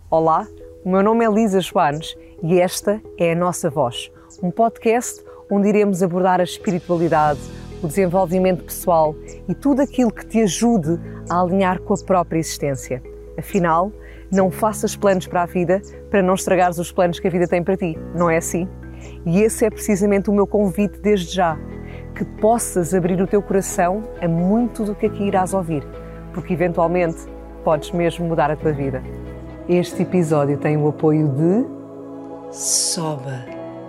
Olá, o meu nome é Lisa Schwanes e esta é a Nossa Voz, um podcast onde iremos abordar a espiritualidade, o desenvolvimento pessoal e tudo aquilo que te ajude a alinhar com a própria existência. Afinal, não faças planos para a vida para não estragares os planos que a vida tem para ti, não é assim? E esse é precisamente o meu convite desde já, que possas abrir o teu coração a muito do que aqui irás ouvir, porque eventualmente podes mesmo mudar a tua vida. Este episódio tem o apoio de Soba.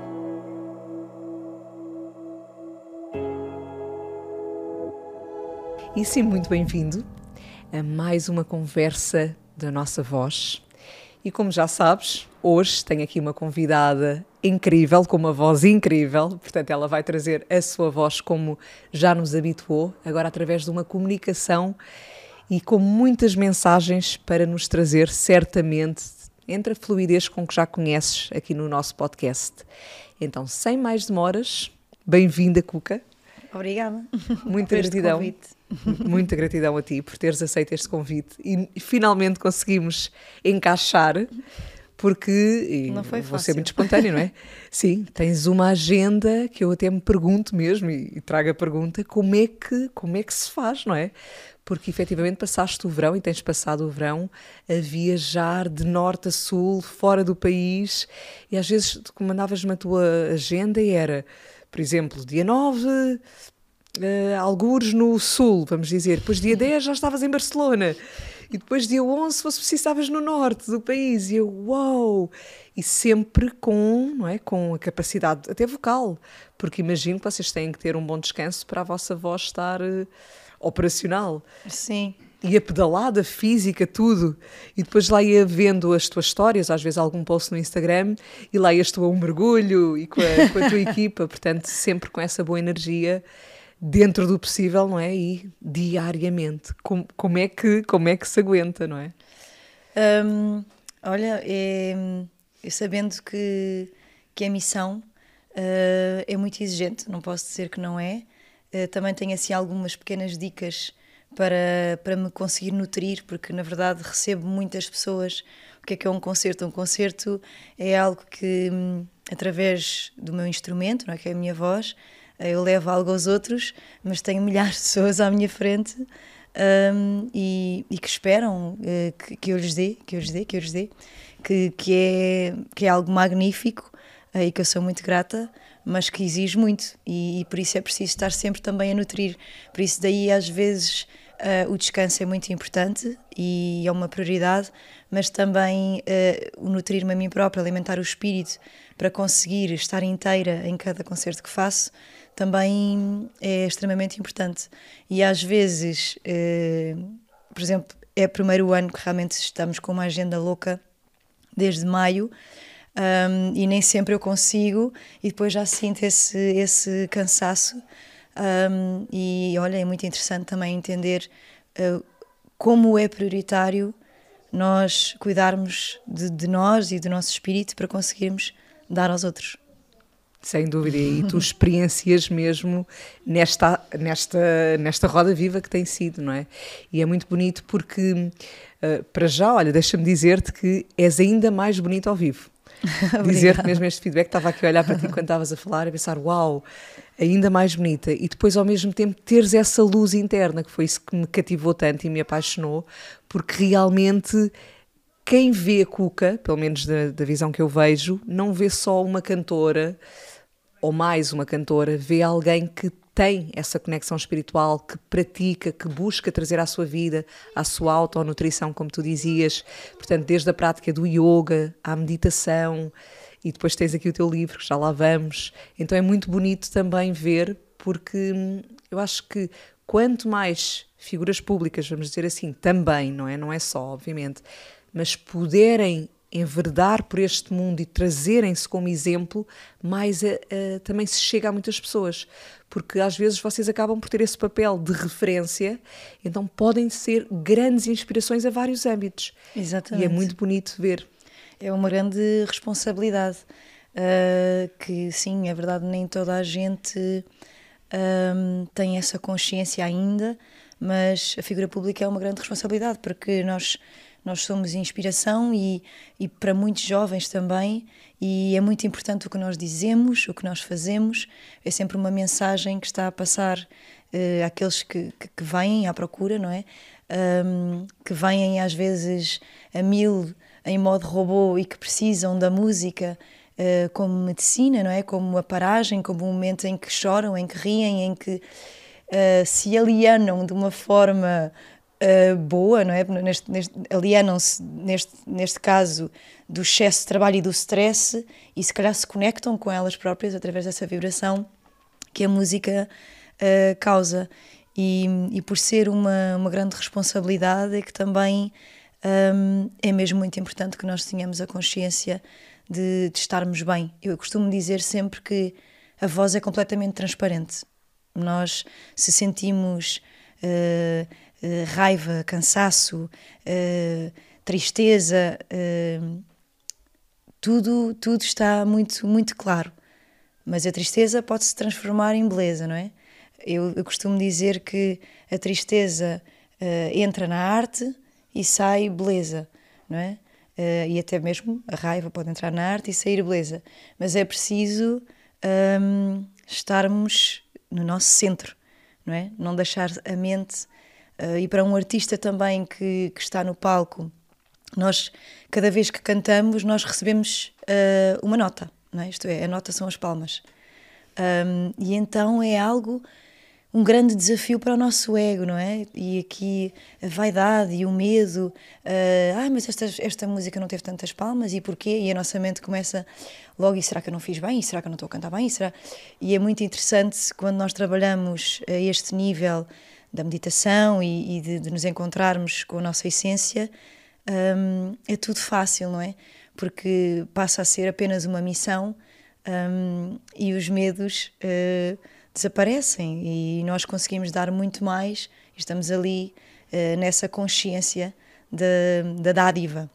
E sim, muito bem-vindo a mais uma conversa da Nossa Voz. E como já sabes, hoje tenho aqui uma convidada incrível, com uma voz incrível, portanto ela vai trazer a sua voz como já nos habituou, agora através de uma comunicação e com muitas mensagens para nos trazer, certamente, entre a fluidez com que já conheces aqui no nosso podcast. Então, sem mais demoras, bem-vinda, Cuca. Obrigada. Muita gratidão. Muita gratidão a ti por teres aceito este convite e finalmente conseguimos encaixar, porque não foi vou fácil. ser muito espontânea, não é? Sim, tens uma agenda que eu até me pergunto mesmo e trago a pergunta, como é que se faz, não é? Porque efetivamente passaste o verão e tens passado o verão a viajar de norte a sul, fora do país, e às vezes mandavas-me a tua agenda e era, por exemplo, dia 9, algures no sul, vamos dizer, depois dia 10 já estavas em Barcelona, e depois dia 11, se fosse preciso, estavas no norte do país, e eu, uau! E sempre não é, com a capacidade até vocal, porque imagino que vocês têm que ter um bom descanso para a vossa voz estar operacional. Sim. E a pedalada física, tudo. E depois lá ia vendo as tuas histórias, às vezes algum post no Instagram, e lá ias tu a um mergulho e com a tua equipa, portanto, sempre com essa boa energia, dentro do possível, não é? E diariamente. Como é que se aguenta, não é? Olha, eu sabendo que a missão é muito exigente, não posso dizer que não é. Também tenho assim algumas pequenas dicas para me conseguir nutrir, porque na verdade recebo muitas pessoas. O que é um concerto? Um concerto é algo que, através do meu instrumento, não é, que é a minha voz, eu levo algo aos outros, mas tenho milhares de pessoas à minha frente e que esperam que eu lhes dê, que é algo magnífico e que eu sou muito grata, mas que exige muito e por isso é preciso estar sempre também a nutrir. Por isso daí às vezes o descanso é muito importante e é uma prioridade, mas também o nutrir-me a mim própria, alimentar o espírito para conseguir estar inteira em cada concerto que faço, também é extremamente importante. E às vezes, por exemplo, é o primeiro ano que realmente estamos com uma agenda louca, desde maio, e nem sempre eu consigo, e depois já sinto esse cansaço. E olha, é muito interessante também entender como é prioritário nós cuidarmos de nós e do nosso espírito para conseguirmos dar aos outros. Sem dúvida, e tu experiencias mesmo nesta roda viva que tem sido, não é? E é muito bonito porque, para já, olha, deixa-me dizer-te que és ainda mais bonito ao vivo. Dizer-te mesmo este feedback, estava aqui a olhar para ti quando estavas a falar e a pensar, uau, ainda mais bonita, e depois ao mesmo tempo teres essa luz interna, que foi isso que me cativou tanto e me apaixonou, porque realmente quem vê a Cuca, pelo menos da visão que eu vejo, não vê só uma cantora ou mais uma cantora, vê alguém que tem essa conexão espiritual, que pratica, que busca trazer à sua vida, à sua autonutrição, como tu dizias, portanto, desde a prática do yoga, à meditação, e depois tens aqui o teu livro, que já lá vamos. Então é muito bonito também ver, porque eu acho que quanto mais figuras públicas, vamos dizer assim, também, não é só, obviamente, mas puderem enverdar por este mundo e trazerem-se como exemplo, mais também se chega a muitas pessoas, porque às vezes vocês acabam por ter esse papel de referência, então podem ser grandes inspirações a vários âmbitos. Exatamente. E é muito bonito ver. É uma grande responsabilidade, que sim, é verdade, nem toda a gente tem essa consciência ainda, mas a figura pública é uma grande responsabilidade, porque nós nós somos inspiração e para muitos jovens também, e é muito importante o que nós dizemos, o que nós fazemos, é sempre uma mensagem que está a passar àqueles que vêm à procura, não é? Que vêm às vezes a 1000 em modo robô e que precisam da música como medicina, não é? Como a paragem, como um momento em que choram, em que riem, em que se alienam de uma forma boa, não é? Alienam-se, neste caso, do excesso de trabalho e do stress, e se calhar se conectam com elas próprias através dessa vibração que a música causa. E por ser uma grande responsabilidade, é que também é mesmo muito importante que nós tenhamos a consciência de estarmos bem. Eu costumo dizer sempre que a voz é completamente transparente. Nós, se sentimos raiva, cansaço, tristeza, tudo está muito, muito claro. Mas a tristeza pode-se transformar em beleza, não é? Eu costumo dizer que a tristeza entra na arte e sai beleza, não é? E até mesmo a raiva pode entrar na arte e sair beleza. Mas é preciso estarmos no nosso centro, não é? Não deixar a mente... e para um artista também que está no palco, nós, cada vez que cantamos, nós recebemos uma nota, não é? Isto é, a nota são as palmas. E então é algo, um grande desafio para o nosso ego, não é? E aqui a vaidade e o medo, mas esta música não teve tantas palmas, e porquê? E a nossa mente começa logo, e será que eu não fiz bem? E será que eu não estou a cantar bem? E é muito interessante quando nós trabalhamos a este nível da meditação e de nos encontrarmos com a nossa essência, é tudo fácil, não é? Porque passa a ser apenas uma missão, e os medos desaparecem e nós conseguimos dar muito mais, estamos ali nessa consciência da dádiva.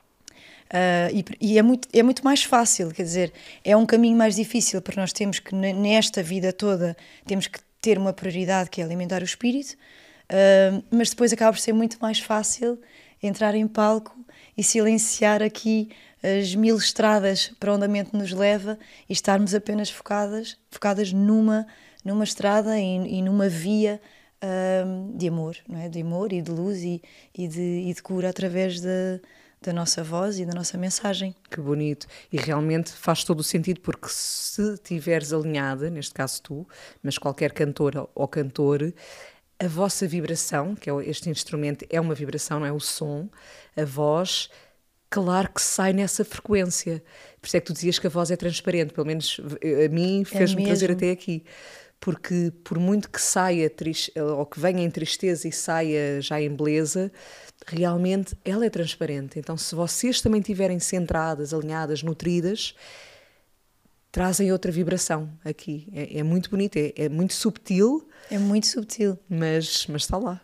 E é muito mais fácil, quer dizer, é um caminho mais difícil, porque nós temos que, nesta vida toda, temos que ter uma prioridade, que é alimentar o espírito, mas depois acaba por ser muito mais fácil entrar em palco e silenciar aqui as 1000 estradas para onde a mente nos leva e estarmos apenas focadas numa estrada e numa via de amor, não é? De amor e de luz e de cura através da nossa voz e da nossa mensagem. Que bonito. E realmente faz todo o sentido, porque se estiveres alinhada, neste caso tu, mas qualquer cantora ou cantor, a vossa vibração, que é este instrumento, é uma vibração, não é? O som, a voz, claro que sai nessa frequência. Por isso é que tu dizias que a voz é transparente, pelo menos a mim fez-me prazer até aqui. Porque por muito que saia, ou que venha em tristeza e saia já em beleza, realmente ela é transparente. Então, se vocês também estiverem centradas, alinhadas, nutridas, trazem outra vibração aqui. É muito bonito, é muito subtil. É muito subtil. Mas está lá.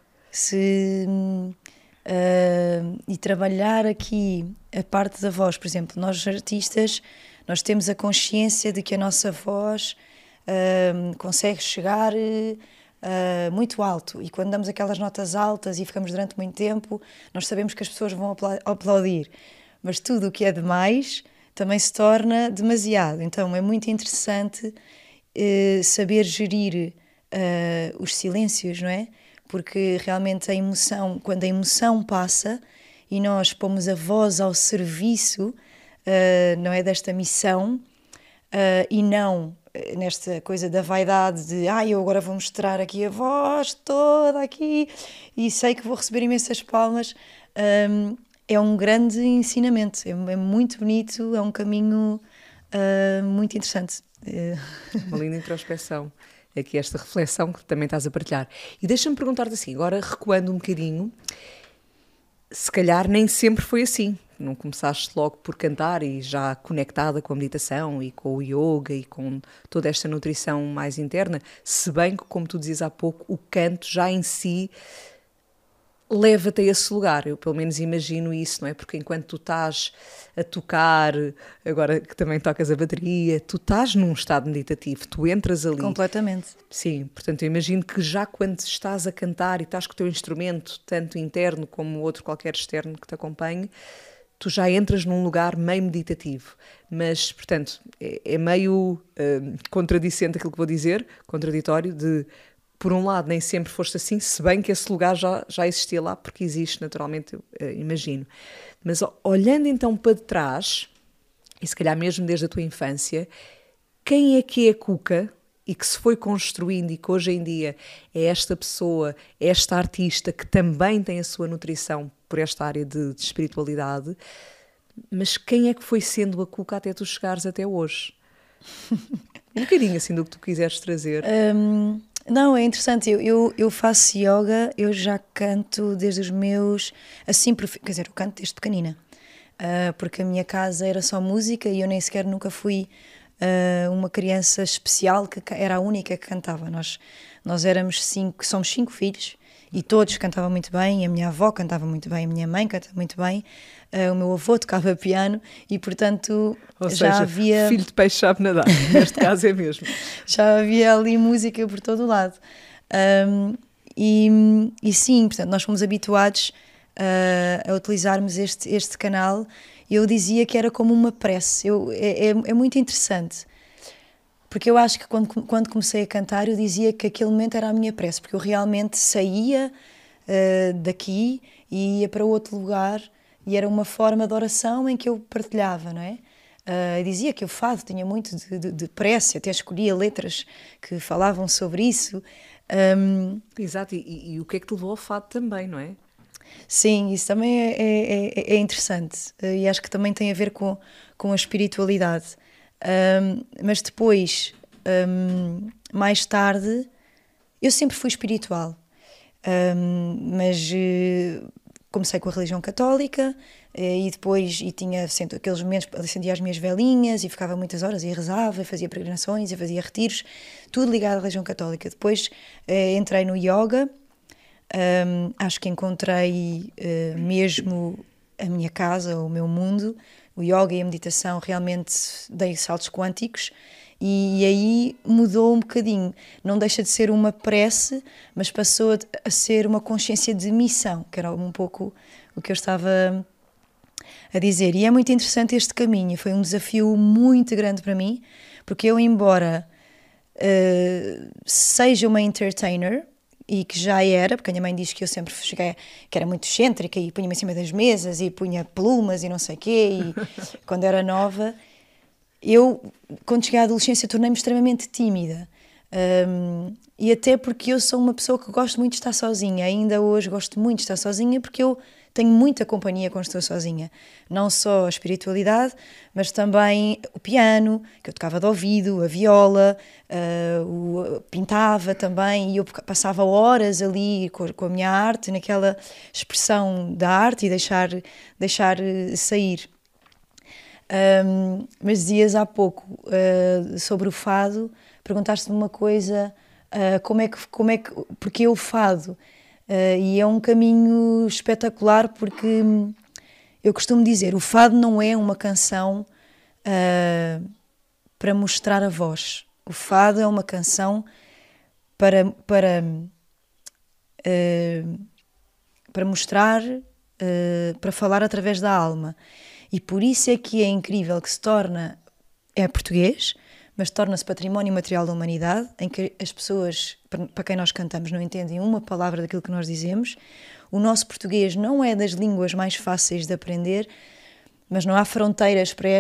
E trabalhar aqui a parte da voz, por exemplo, nós artistas, nós temos a consciência de que a nossa voz consegue chegar muito alto, e quando damos aquelas notas altas e ficamos durante muito tempo, nós sabemos que as pessoas vão aplaudir, mas tudo o que é demais também se torna demasiado. Então é muito interessante saber gerir os silêncios, não é? Porque realmente a emoção, quando a emoção passa e nós pomos a voz ao serviço, não é, desta missão, e não nesta coisa da vaidade de eu agora vou mostrar aqui a voz toda aqui e sei que vou receber imensas palmas, é um grande ensinamento, é muito bonito, é um caminho muito interessante. Uma linda introspeção, aqui esta reflexão que também estás a partilhar. E deixa-me perguntar-te assim, agora recuando um bocadinho, se calhar nem sempre foi assim. Não começaste logo por cantar e já conectada com a meditação e com o yoga e com toda esta nutrição mais interna, se bem que, como tu dizias há pouco, o canto já em si leva-te a esse lugar. Eu pelo menos imagino isso, não é? Porque enquanto tu estás a tocar, agora que também tocas a bateria, tu estás num estado meditativo, tu entras ali. Completamente. Sim, portanto eu imagino que já quando estás a cantar e estás com o teu instrumento, tanto interno como outro qualquer externo que te acompanhe, tu já entras num lugar meio meditativo. Mas, portanto, é meio contradicente aquilo que vou dizer, contraditório, de por um lado nem sempre foste assim, se bem que esse lugar já existia lá, porque existe naturalmente, eu imagino. Mas olhando então para trás, e se calhar mesmo desde a tua infância, quem é que é a Cuca e que se foi construindo e que hoje em dia é esta pessoa, esta artista que também tem a sua nutrição por esta área de espiritualidade, mas quem é que foi sendo a Cuca até tu chegares até hoje? Um bocadinho assim do que tu quiseres trazer. Não, é interessante, eu faço yoga, eu já canto desde os meus, assim, quer dizer, eu canto desde pequenina, porque a minha casa era só música e eu nem sequer nunca fui uma criança especial que era a única que cantava. Nós éramos somos 5 filhos e todos cantavam muito bem, a minha avó cantava muito bem, a minha mãe cantava muito bem, o meu avô tocava piano e, portanto, Ou já seja, havia... filho de peixe sabe nadar, neste caso é mesmo. Já havia ali música por todo o lado. E sim, portanto, nós fomos habituados a utilizarmos este canal. Eu dizia que era como uma prece. É muito interessante, porque eu acho que quando comecei a cantar eu dizia que aquele momento era a minha prece, porque eu realmente saía daqui e ia para outro lugar e era uma forma de oração em que eu partilhava, não é? Dizia que o fado tinha muito de prece, até escolhia letras que falavam sobre isso. Exato, e o que é que te levou ao fado também, não é? Sim, isso também é interessante e acho que também tem a ver com a espiritualidade. Mas depois, mais tarde, eu sempre fui espiritual, mas comecei com a religião católica e depois tinha sempre aqueles momentos, acendia as minhas velinhas e ficava muitas horas e rezava, e fazia peregrinações e fazia retiros, tudo ligado à religião católica. Depois entrei no yoga. Acho que encontrei mesmo a minha casa, o meu mundo. O yoga e a meditação realmente dei saltos quânticos e aí mudou um bocadinho. Não deixa de ser uma prece, mas passou a ser uma consciência de missão, que era um pouco o que eu estava a dizer. E é muito interessante este caminho, foi um desafio muito grande para mim, porque eu, embora seja uma entertainer, e que já era, porque a minha mãe diz que eu sempre cheguei, que era muito excêntrica e punha-me em cima das mesas e punha plumas e não sei o quê, e quando era nova, eu, quando cheguei à adolescência, tornei-me extremamente tímida. E até porque eu sou uma pessoa que gosto muito de estar sozinha, ainda hoje gosto muito de estar sozinha, porque eu tenho muita companhia quando estou sozinha. Não só a espiritualidade, mas também o piano, que eu tocava de ouvido, a viola, pintava também, e eu passava horas ali com a minha arte, naquela expressão da arte e deixar sair. Mas dizias há pouco sobre o fado, perguntaste-me uma coisa, porque o fado? E é um caminho espetacular, porque eu costumo dizer, o fado não é uma canção para mostrar a voz. O fado é uma canção para mostrar, para falar através da alma. E por isso é que é incrível que é português, mas torna-se património material da humanidade, em que as pessoas, para quem nós cantamos, não entendem uma palavra daquilo que nós dizemos. O nosso português não é das línguas mais fáceis de aprender, mas não há fronteiras para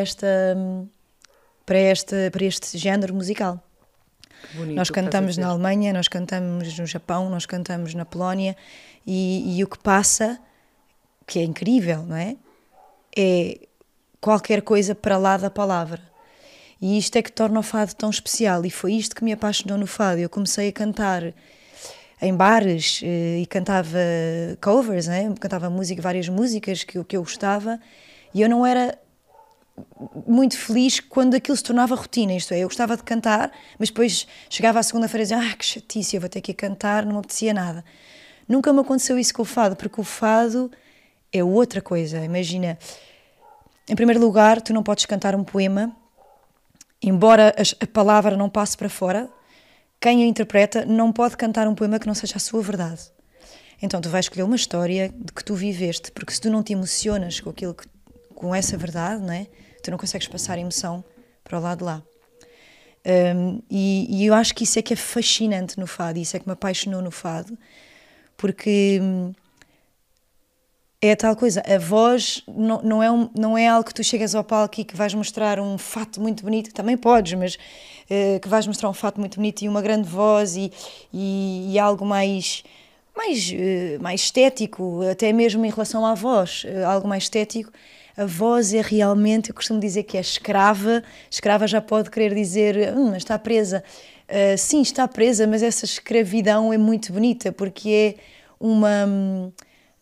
este género musical. Bonito, nós cantamos na Alemanha, nós cantamos no Japão, nós cantamos na Polónia, e o que passa, que é incrível, não é? É qualquer coisa para lá da palavra. E isto é que torna o fado tão especial, e foi isto que me apaixonou no fado. Eu comecei a cantar em bares e cantava covers, né? Cantava várias músicas que eu gostava, e eu não era muito feliz quando aquilo se tornava rotina, isto é, eu gostava de cantar, mas depois chegava à segunda-feira e dizia, que chatice, eu vou ter que ir cantar, não me apetecia nada. Nunca me aconteceu isso com o fado, porque o fado é outra coisa. Imagina, em primeiro lugar, tu não podes cantar um poema, embora a palavra não passe para fora, quem o interpreta não pode cantar um poema que não seja a sua verdade. Então tu vais escolher uma história de que tu viveste, porque se tu não te emocionas com aquilo com essa verdade, não é? Tu não consegues passar a emoção para o lado de lá. E eu acho que isso é que é fascinante no fado, isso é que me apaixonou no fado, porque é a tal coisa, a voz não é algo que tu chegas ao palco e que vais mostrar um fato muito bonito, também podes, mas que vais mostrar um fato muito bonito e uma grande voz e algo mais estético, até mesmo em relação à voz, algo mais estético. A voz é realmente, eu costumo dizer que é escrava já pode querer dizer, está presa. Sim, está presa, mas essa escravidão é muito bonita, porque é uma...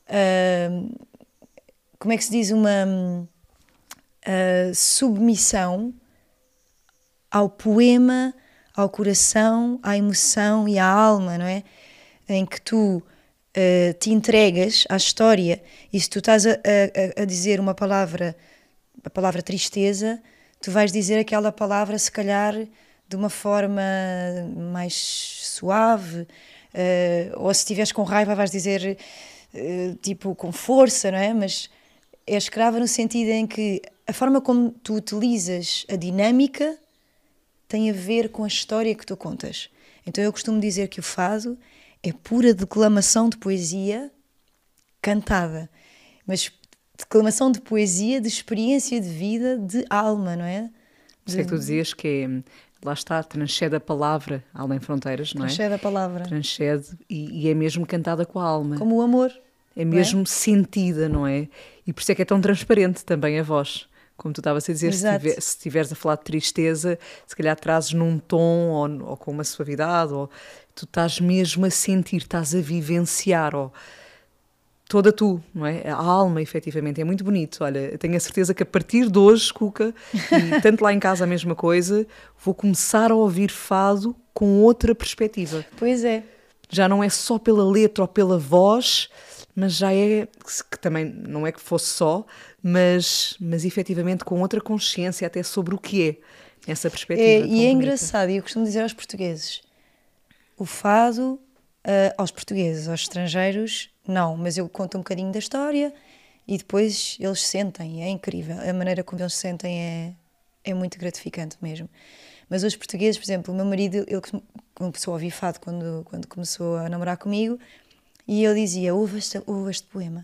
como é que se diz? Uma submissão ao poema, ao coração, à emoção e à alma, não é? Em que tu te entregas à história, e se tu estás a dizer uma palavra, a palavra tristeza, tu vais dizer aquela palavra se calhar de uma forma mais suave, ou se estiveres com raiva vais dizer tipo com força, não é? Mas é escrava no sentido em que a forma como tu utilizas a dinâmica tem a ver com a história que tu contas. Então eu costumo dizer que o fado é pura declamação de poesia cantada, mas declamação de poesia, de experiência de vida, de alma, não é? Por isso é que tu dizias que é, lá está, transcende a palavra além fronteiras, não é? Transcende a palavra. Transcende e é mesmo cantada com a alma. Como o amor. É mesmo sentida, não é? E por isso é que é tão transparente também a voz. Como tu estavas a dizer, se estiveres a falar de tristeza, se calhar trazes num tom ou com uma suavidade, ou tu estás mesmo a sentir, estás a vivenciar, ou toda tu, não é? A alma, efetivamente, é muito bonito. Olha, eu tenho a certeza que a partir de hoje, Cuca, e tanto lá em casa a mesma coisa, vou começar a ouvir fado com outra perspectiva. Pois é. Já não é só pela letra ou pela voz, mas já é, que também não é que fosse só, mas efetivamente com outra consciência até sobre o que é, essa perspectiva. E é engraçado, e eu costumo dizer aos portugueses, o fado, aos portugueses, aos estrangeiros, não, mas eu conto um bocadinho da história e depois eles sentem, é incrível, a maneira como eles sentem é muito gratificante mesmo. Mas os portugueses, por exemplo, o meu marido, ele começou a ouvir fado quando começou a namorar comigo, e ele dizia, ouve este poema.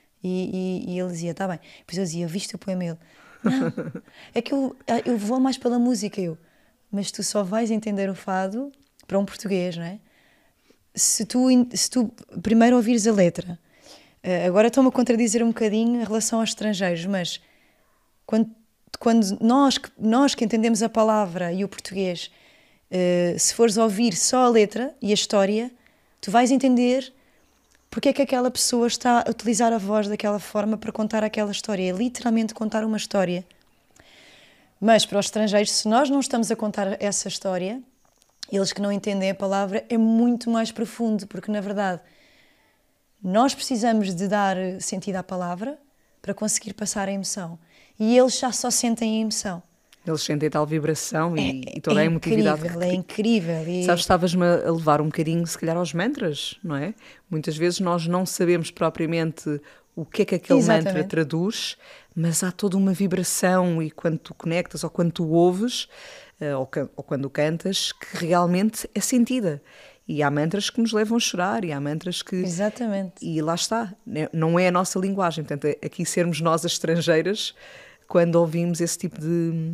E ele dizia, está bem. Depois eu dizia, viste o poema? Ele, não, é que eu vou mais pela música. Mas tu só vais entender o fado para um português, não é? Se tu primeiro ouvires a letra. Agora estou-me a contradizer um bocadinho em relação aos estrangeiros, mas quando nós que entendemos a palavra e o português, se fores ouvir só a letra e a história, tu vais entender porque é que aquela pessoa está a utilizar a voz daquela forma para contar aquela história. É literalmente contar uma história. Mas para os estrangeiros, se nós não estamos a contar essa história, eles que não entendem a palavra, é muito mais profundo, porque na verdade nós precisamos de dar sentido à palavra para conseguir passar a emoção. E eles já só sentem a emoção. Eles sentem tal vibração e toda a emotividade. É incrível. E... Sabes, estavas-me a levar um bocadinho, se calhar, aos mantras, não é? Muitas vezes nós não sabemos propriamente o que é que aquele mantra traduz, mas há toda uma vibração e quando tu conectas ou quando tu ouves ou quando cantas, que realmente é sentida. E há mantras que nos levam a chorar e há mantras que... Exatamente. E lá está, não é a nossa linguagem. Portanto, aqui sermos nós as estrangeiras quando ouvimos esse tipo de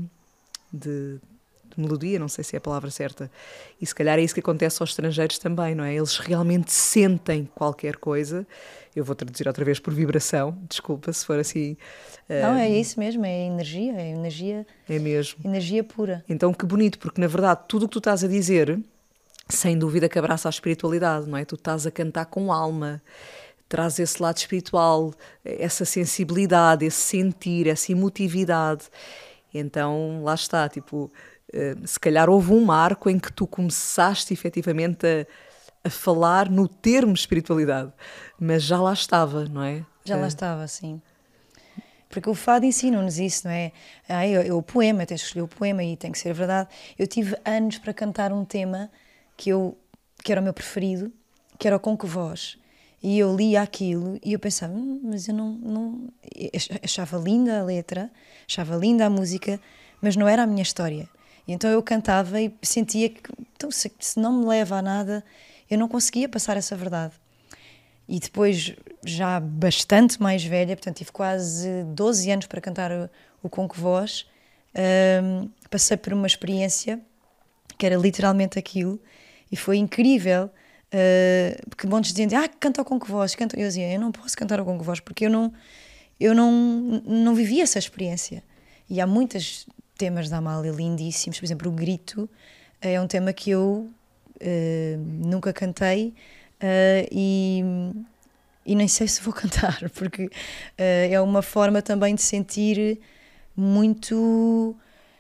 melodia, não sei se é a palavra certa, e se calhar é isso que acontece aos estrangeiros também, não é? Eles realmente sentem qualquer coisa. Eu vou traduzir outra vez por vibração, desculpa se for assim. Não, é isso mesmo, é energia. É mesmo. Energia pura. Então que bonito, porque na verdade tudo o que tu estás a dizer, sem dúvida que abraça a espiritualidade, não é? Tu estás a cantar com alma, traz esse lado espiritual, essa sensibilidade, esse sentir, essa emotividade. Então, lá está, tipo, se calhar houve um marco em que tu começaste efetivamente a a falar no termo espiritualidade, mas já lá estava, não é? Já lá estava, sim. Porque o fado ensina-nos isso, não é? O poema, tens que escolher o poema e tem que ser verdade. Eu tive anos para cantar um tema que era o meu preferido, que era o Com Que Voz. E eu lia aquilo e eu pensava, mas eu não... Achava linda a letra, achava linda a música, mas não era a minha história. E então eu cantava e sentia que, então, se não me leva a nada, eu não conseguia passar essa verdade. E depois, já bastante mais velha, portanto tive quase 12 anos para cantar o Com Que Voz, passei por uma experiência que era literalmente aquilo, e foi incrível, porque montes de gente dizia, canta o Com Que Voz, canta. Eu dizia, eu não posso cantar o Com Que Voz, porque eu não vivi essa experiência. E há muitos temas da Amália lindíssimos, por exemplo, o Grito é um tema que eu nunca cantei, e nem sei se vou cantar, porque é uma forma também de sentir muito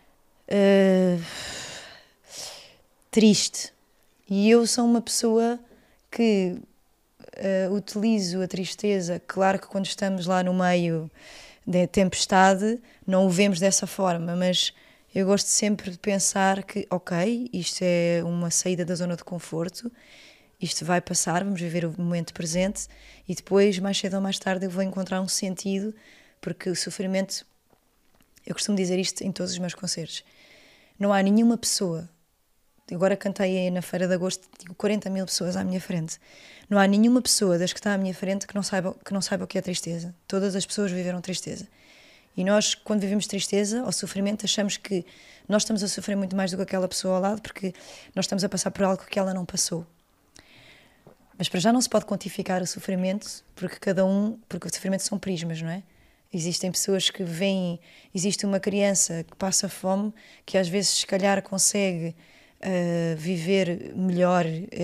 triste. E eu sou uma pessoa que utilizo a tristeza, claro que quando estamos lá no meio da tempestade não o vemos dessa forma, mas eu gosto sempre de pensar que, ok, isto é uma saída da zona de conforto, isto vai passar, vamos viver o momento presente e depois, mais cedo ou mais tarde, eu vou encontrar um sentido, porque o sofrimento, eu costumo dizer isto em todos os meus concertos, não há nenhuma pessoa, agora cantei aí na Feira de Agosto, digo 40 mil pessoas à minha frente, não há nenhuma pessoa das que está à minha frente que não saiba o que é tristeza. Todas as pessoas viveram tristeza. E nós, quando vivemos tristeza ou sofrimento, achamos que nós estamos a sofrer muito mais do que aquela pessoa ao lado, porque nós estamos a passar por algo que ela não passou. Mas para já não se pode quantificar o sofrimento, porque o sofrimento são prismas, não é? Existem pessoas que veem, existe uma criança que passa fome, que às vezes se calhar consegue viver melhor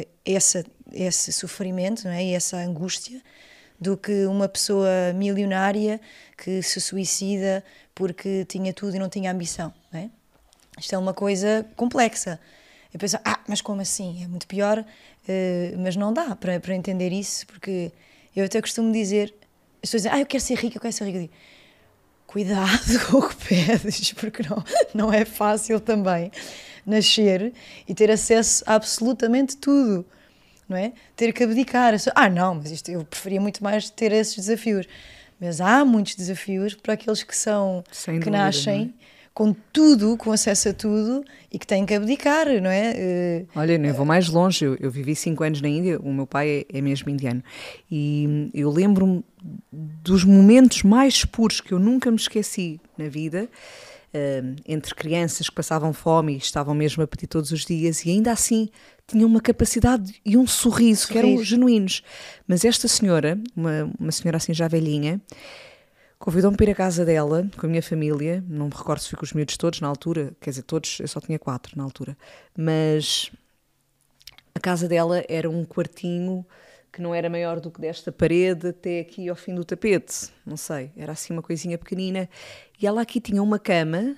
esse sofrimento, não é? E essa angústia, do que uma pessoa milionária que se suicida porque tinha tudo e não tinha ambição, não é? Isto é uma coisa complexa. Eu penso, mas como assim? É muito pior, mas não dá para entender isso, porque eu até costumo dizer, as pessoas dizem, eu quero ser rica, eu quero ser rica. Eu digo, cuidado com o que pedes, porque não é fácil também nascer e ter acesso a absolutamente tudo, não é? Ter que abdicar. Não, mas isto eu preferia muito mais ter esses desafios. Mas há muitos desafios para aqueles que nascem com tudo, com acesso a tudo e que têm que abdicar, não é? Olha, nem vou mais longe, eu vivi 5 anos na Índia, o meu pai é mesmo indiano, e eu lembro-me dos momentos mais puros que eu nunca me esqueci na vida, entre crianças que passavam fome e estavam mesmo a pedir todos os dias, e ainda assim tinham uma capacidade e um sorriso que eram genuínos. Mas esta senhora, uma senhora assim já velhinha, convidou-me para ir à casa dela, com a minha família, não me recordo se fui com os miúdos todos na altura, quer dizer, todos, eu só tinha 4 na altura, mas a casa dela era um quartinho que não era maior do que desta parede até aqui ao fim do tapete, não sei, era assim uma coisinha pequenina, e ela aqui tinha uma cama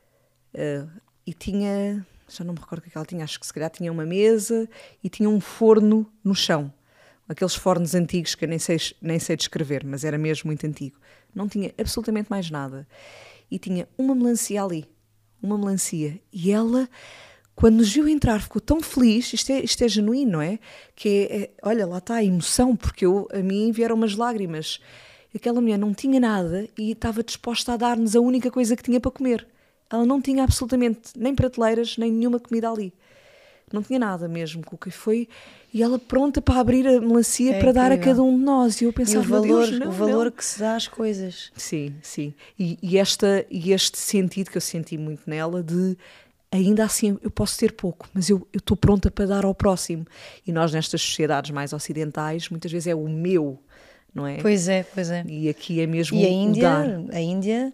e tinha, já não me recordo o que ela tinha, acho que se calhar tinha uma mesa e tinha um forno no chão. Aqueles fornos antigos que eu nem sei descrever, mas era mesmo muito antigo. Não tinha absolutamente mais nada. E tinha uma melancia ali. Uma melancia. E ela, quando nos viu entrar, ficou tão feliz. Isto é genuíno, não é? Olha, lá está a emoção, porque a mim vieram umas lágrimas. Aquela mulher não tinha nada e estava disposta a dar-nos a única coisa que tinha para comer. Ela não tinha absolutamente nem prateleiras, nem nenhuma comida ali. Não tinha nada mesmo, com o que foi, e ela pronta para abrir a melancia para dar a cada um de nós. E eu pensava, o valor que se dá às coisas. Sim. E este sentido que eu senti muito nela de, ainda assim, eu posso ter pouco, mas eu estou pronta para dar ao próximo. E nós, nestas sociedades mais ocidentais, muitas vezes é o meu, não é? Pois é. E aqui é mesmo o dar. A Índia...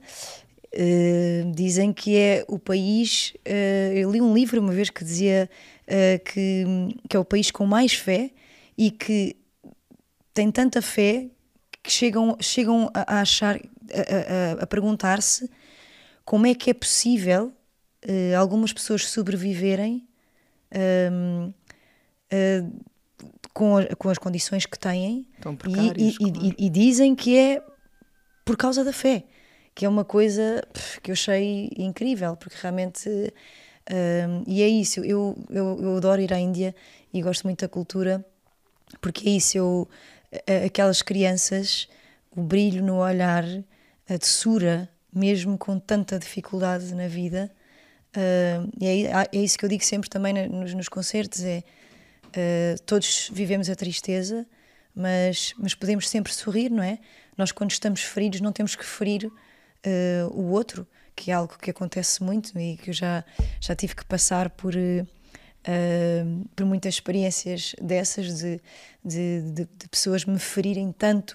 dizem que é o país, eu li um livro uma vez que dizia que é o país com mais fé e que tem tanta fé que chegam a achar, a perguntar-se como é que é possível algumas pessoas sobreviverem com as condições que têm, Tão precárias, claro. e dizem que é por causa da fé, que é uma coisa que eu achei incrível, porque realmente e é isso, eu adoro ir à Índia e gosto muito da cultura, porque é isso, aquelas crianças, o brilho no olhar, a doçura, mesmo com tanta dificuldade na vida, e é isso que eu digo sempre também nos concertos, todos vivemos a tristeza, mas podemos sempre sorrir, não é? Nós, quando estamos feridos, não temos que ferir o outro, que é algo que acontece muito e que eu já tive que passar por muitas experiências dessas, de pessoas me ferirem tanto,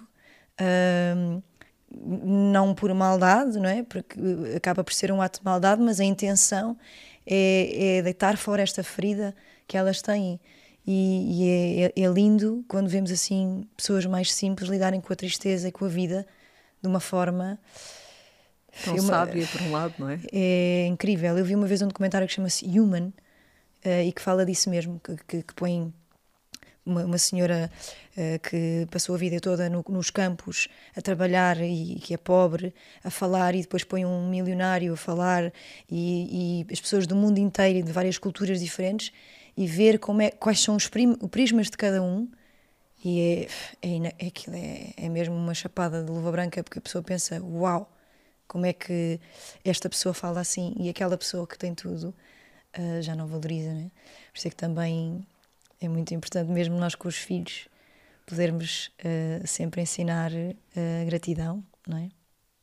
não por maldade, não é? Porque acaba por ser um ato de maldade, mas a intenção é deitar fora esta ferida que elas têm. E é lindo quando vemos assim pessoas mais simples lidarem com a tristeza e com a vida de uma forma tão sábia, por um lado, não é? É incrível. Eu vi uma vez um documentário que chama-se Human, e que fala disso mesmo, que põe uma senhora que passou a vida toda nos campos a trabalhar e que é pobre, a falar, e depois põe um milionário a falar, e as pessoas do mundo inteiro e de várias culturas diferentes, e ver quais são os prismas de cada um, e aquilo é mesmo uma chapada de luva branca, porque a pessoa pensa, uau, como é que esta pessoa fala assim, e aquela pessoa que tem tudo já não valoriza, né? Por isso é que também é muito importante, mesmo nós com os filhos, podermos sempre ensinar gratidão, não é?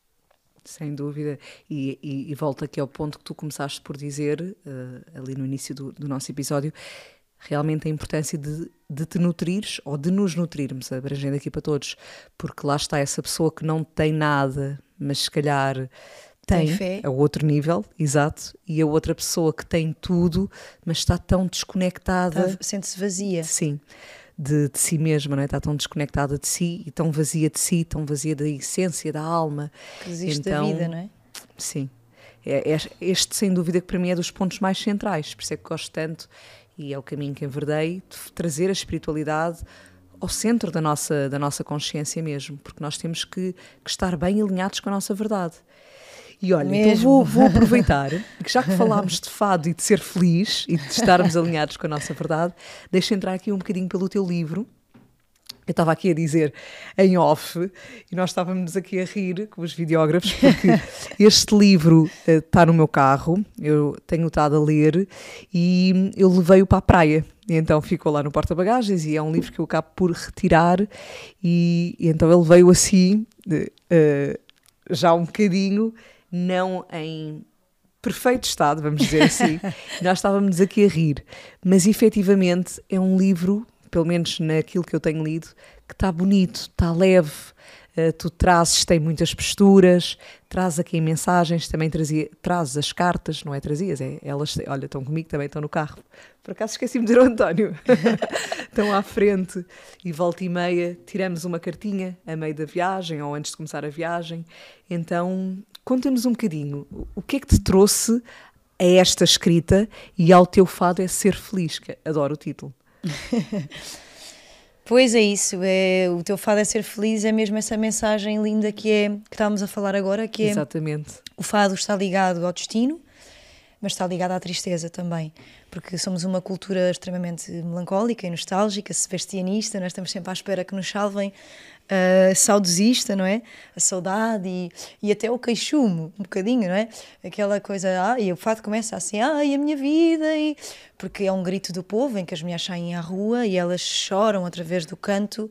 Sem dúvida, e volto aqui ao ponto que tu começaste por dizer, ali no início do nosso episódio, realmente a importância de te nutrires, ou de nos nutrirmos, abrangendo aqui para todos, porque lá está essa pessoa que não tem nada, mas se calhar tem fé, a outro nível, exato, e a outra pessoa que tem tudo, mas está tão desconectada. Sente-se vazia. Sim. De si mesma, não é? Está tão desconectada de si e tão vazia de si, tão vazia da essência, da alma. Que existe da vida, não é? Sim. Este, sem dúvida, que para mim é dos pontos mais centrais, por isso é que gosto tanto, e é o caminho que enverdei, de trazer a espiritualidade ao centro da nossa consciência mesmo, porque nós temos que estar bem alinhados com a nossa verdade. E olha, então vou aproveitar, que já que falámos de fado e de ser feliz e de estarmos alinhados com a nossa verdade, deixa entrar aqui um bocadinho pelo teu livro. Eu estava aqui a dizer em off, e nós estávamos aqui a rir com os videógrafos, porque este livro está no meu carro, eu tenho estado a ler, e eu levei-o para a praia. E então ficou lá no porta-bagagens, e é um livro que eu acabo por retirar, e então eu levei-o assim, já um bocadinho, não em perfeito estado, vamos dizer assim. Nós estávamos aqui a rir, mas efetivamente é um livro, pelo menos naquilo que eu tenho lido, que está bonito, está leve, tu trazes, tem muitas posturas, traz aqui mensagens, também trazes as cartas, não é trazias, elas, olha, estão comigo, também estão no carro. Por acaso esqueci-me de dizer ao António. Estão à frente e volta e meia tiramos uma cartinha a meio da viagem ou antes de começar a viagem. Então, conta-nos um bocadinho, o que é que te trouxe a esta escrita e ao teu fado é ser feliz, que adoro o título. Pois é isso, o teu fado é ser feliz, é mesmo essa mensagem linda que estávamos a falar agora, que é exatamente. O fado está ligado ao destino, mas está ligado à tristeza também, porque somos uma cultura extremamente melancólica e nostálgica, sebastianista, nós estamos sempre à espera que nos salvem, saudosista, não é? A saudade e até o queixume, um bocadinho, não é? Aquela coisa, e o fado começa assim, e a minha vida, porque é um grito do povo em que as mulheres saem à rua e elas choram através do canto,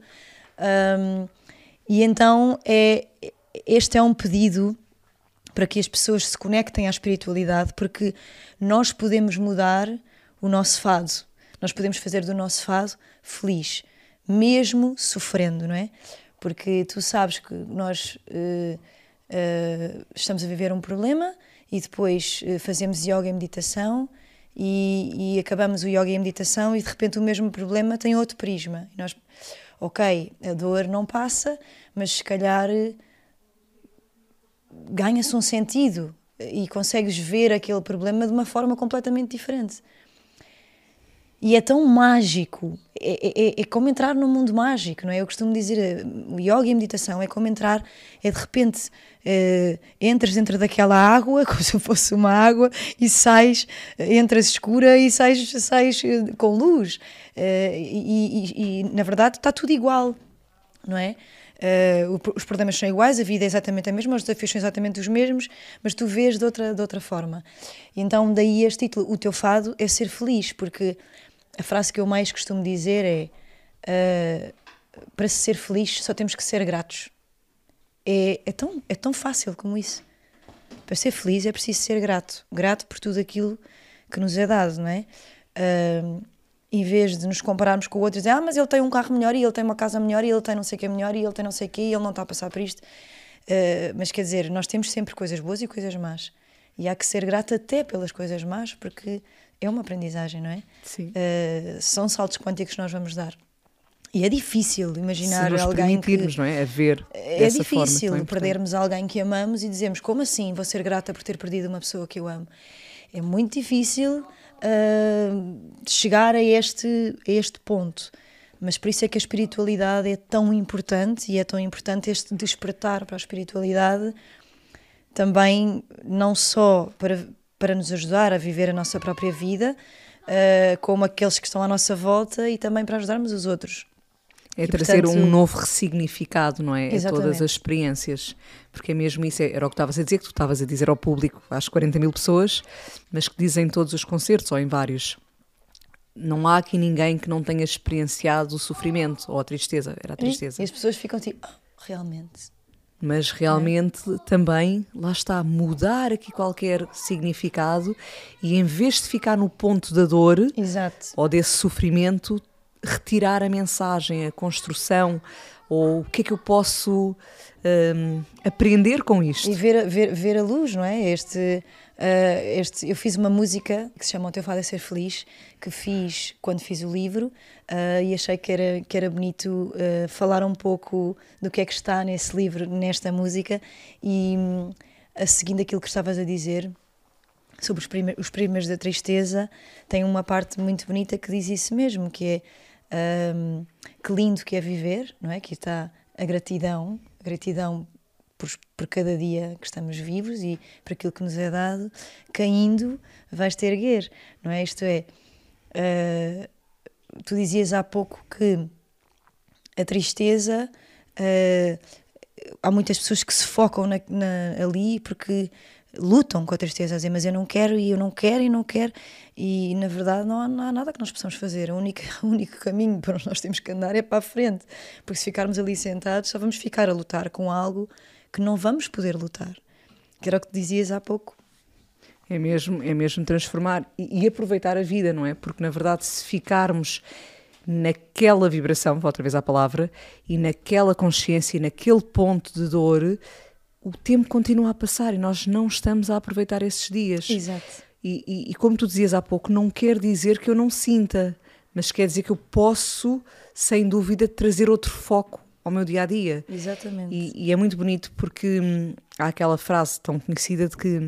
e então este é um pedido para que as pessoas se conectem à espiritualidade, porque nós podemos mudar o nosso fado, nós podemos fazer do nosso fado feliz, mesmo sofrendo, não é? Porque tu sabes que nós estamos a viver um problema e depois fazemos yoga e meditação e acabamos o yoga e a meditação e de repente o mesmo problema tem outro prisma. E nós, ok, a dor não passa, mas se calhar ganha-se um sentido e consegues ver aquele problema de uma forma completamente diferente. E é tão mágico, é como entrar num mundo mágico, não é? Eu costumo dizer, o yoga e a meditação é como entrar, é de repente, entras dentro daquela água, como se fosse uma água, e sais, entras escura e sais com luz. E na verdade está tudo igual, não é? Os problemas são iguais, a vida é exatamente a mesma, os desafios são exatamente os mesmos, mas tu vês de outra forma. E então daí este título, o teu fado é ser feliz, porque a frase que eu mais costumo dizer é para ser feliz só temos que ser gratos. É tão fácil como isso. Para ser feliz é preciso ser grato. Grato por tudo aquilo que nos é dado, não é? Em vez de nos compararmos com o outro e dizer mas ele tem um carro melhor e ele tem uma casa melhor e ele tem não sei o que melhor e ele tem não sei o que e ele não está a passar por isto. Mas quer dizer, nós temos sempre coisas boas e coisas más. E há que ser grato até pelas coisas más, porque é uma aprendizagem, não é? Sim. São saltos quânticos que nós vamos dar. E é difícil imaginar se nos alguém que... não é? A ver É dessa forma difícil perdermos alguém que amamos e dizemos, como assim vou ser grata por ter perdido uma pessoa que eu amo? É muito difícil chegar a este ponto. Mas por isso é que a espiritualidade é tão importante, e é tão importante este despertar para a espiritualidade, também não só para nos ajudar a viver a nossa própria vida, como aqueles que estão à nossa volta, e também para ajudarmos os outros. É trazer portanto, um novo ressignificado, não é? Exatamente. A todas as experiências. Porque é mesmo isso, era o que estavas a dizer, que tu estavas a dizer ao público, às 40 mil pessoas, mas que dizem em todos os concertos, ou em vários. Não há aqui ninguém que não tenha experienciado o sofrimento, ou a tristeza, era a tristeza. E as pessoas ficam tipo, realmente. Mas realmente também, lá está, mudar aqui qualquer significado, e em vez de ficar no ponto da dor, Exato. ou desse sofrimento, retirar a mensagem, a construção, ou o que é que eu posso aprender com isto. E ver a luz, não é? Eu fiz uma música que se chama O Teu Fado é Ser Feliz, que fiz quando fiz o livro, e achei que era bonito falar um pouco do que é que está nesse livro, nesta música, e seguindo aquilo que estavas a dizer sobre os primeiros da tristeza, tem uma parte muito bonita que diz isso mesmo, que é que lindo que é viver, não é? Que está a gratidão por cada dia que estamos vivos e por aquilo que nos é dado. Caindo vais-te erguer, não é? Isto é, tu dizias há pouco que a tristeza, há muitas pessoas que se focam ali porque lutam com a tristeza, a dizer, mas eu não quero e eu não quero e não quero, e na verdade não há nada que nós possamos fazer. O único caminho para nós temos que andar é para a frente, porque se ficarmos ali sentados só vamos ficar a lutar com algo que não vamos poder lutar, que era o que dizias há pouco. É mesmo transformar e aproveitar a vida, não é? Porque na verdade se ficarmos naquela vibração, vou outra vez à palavra, e naquela consciência e naquele ponto de dor, o tempo continua a passar e nós não estamos a aproveitar esses dias. Exato. E como tu dizias há pouco, não quer dizer que eu não sinta, mas quer dizer que eu posso, sem dúvida, trazer outro foco ao meu dia-a-dia. Exatamente. E é muito bonito porque há aquela frase tão conhecida de que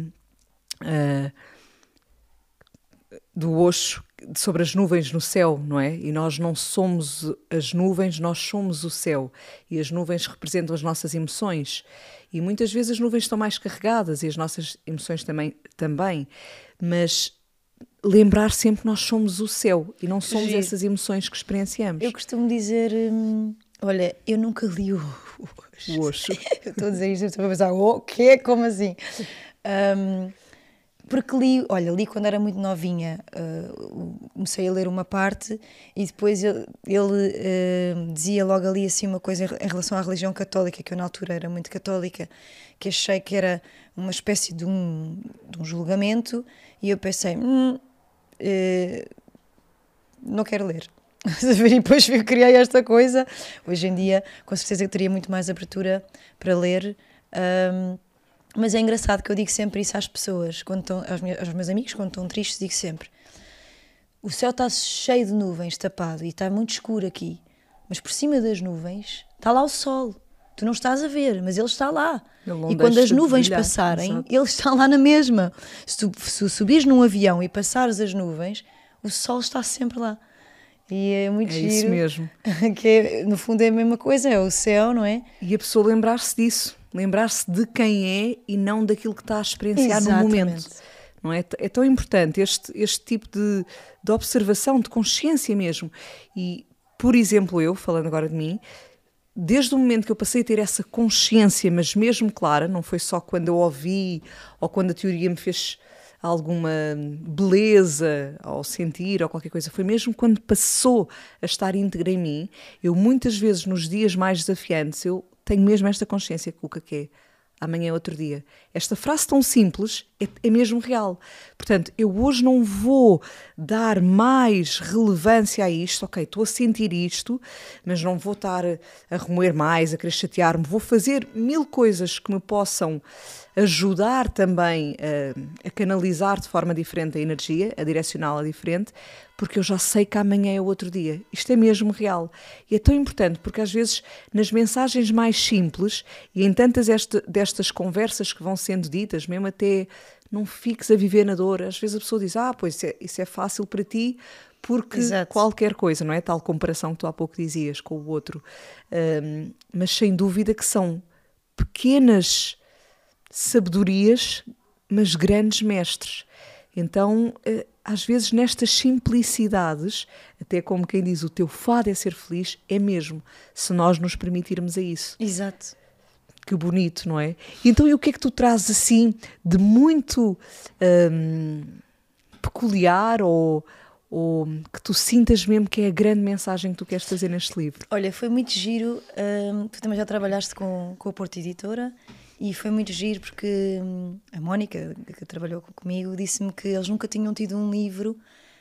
do Osho, sobre as nuvens no céu, não é? E nós não somos as nuvens, nós somos o céu. E as nuvens representam as nossas emoções. E muitas vezes as nuvens estão mais carregadas e as nossas emoções também. Mas lembrar sempre que nós somos o céu e não somos essas emoções que experienciamos. Eu costumo dizer, olha, eu nunca li o Osho. Eu estou a dizer isto, estou a pensar, o quê? Como assim? Porque li quando era muito novinha, comecei a ler uma parte e depois ele dizia logo ali assim uma coisa em relação à religião católica, que eu na altura era muito católica, que achei que era uma espécie de um julgamento, e eu pensei, não quero ler. E depois criei esta coisa. Hoje em dia, com certeza que teria muito mais abertura para ler. Mas é engraçado que eu digo sempre isso às pessoas, aos meus amigos, quando estão tristes, digo sempre: o céu está cheio de nuvens, tapado, e está muito escuro aqui, mas por cima das nuvens está lá o sol. Tu não estás a ver, mas ele está lá. E quando as nuvens passarem, ele está lá na mesma. Se tu subires num avião e passares as nuvens, o sol está sempre lá. E é muito giro. Isso mesmo. Que no fundo é a mesma coisa, é o céu, não é? E a pessoa lembrar-se disso, lembrar-se de quem é e não daquilo que está a experienciar no momento. Não é? É tão importante este tipo de observação, de consciência mesmo. E, por exemplo, eu, falando agora de mim, desde o momento que eu passei a ter essa consciência, mas mesmo clara, não foi só quando eu ouvi ou quando a teoria me fez alguma beleza ao sentir ou qualquer coisa, foi mesmo quando passou a estar íntegra em mim. Eu muitas vezes nos dias mais desafiantes eu tenho mesmo esta consciência, Cuca, que é amanhã é outro dia. Esta frase tão simples é mesmo real. Portanto, eu hoje não vou dar mais relevância a isto. Ok, estou a sentir isto, mas não vou estar a remoer mais, a querer chatear-me. Vou fazer 1000 coisas que me possam ajudar também a canalizar de forma diferente a energia, a direcioná-la diferente, porque eu já sei que amanhã é outro dia. Isto é mesmo real. E é tão importante, porque às vezes nas mensagens mais simples e em tantas destas conversas que vão sendo ditas, mesmo até não fiques a viver na dor, às vezes a pessoa diz, pois isso é fácil para ti, porque Exato. qualquer coisa, não é? Tal comparação que tu há pouco dizias com o outro. Mas sem dúvida que são pequenas sabedorias, mas grandes mestres. Então, às vezes nestas simplicidades, até como quem diz, o teu fado é ser feliz, é mesmo, se nós nos permitirmos a isso. Exato. Que bonito, não é? Então, e o que é que tu trazes assim de muito peculiar ou que tu sintas mesmo que é a grande mensagem que tu queres trazer neste livro? Olha, foi muito giro, tu também já trabalhaste com a Porto Editora e foi muito giro porque a Mónica, que trabalhou comigo, disse-me que eles nunca tinham tido um livro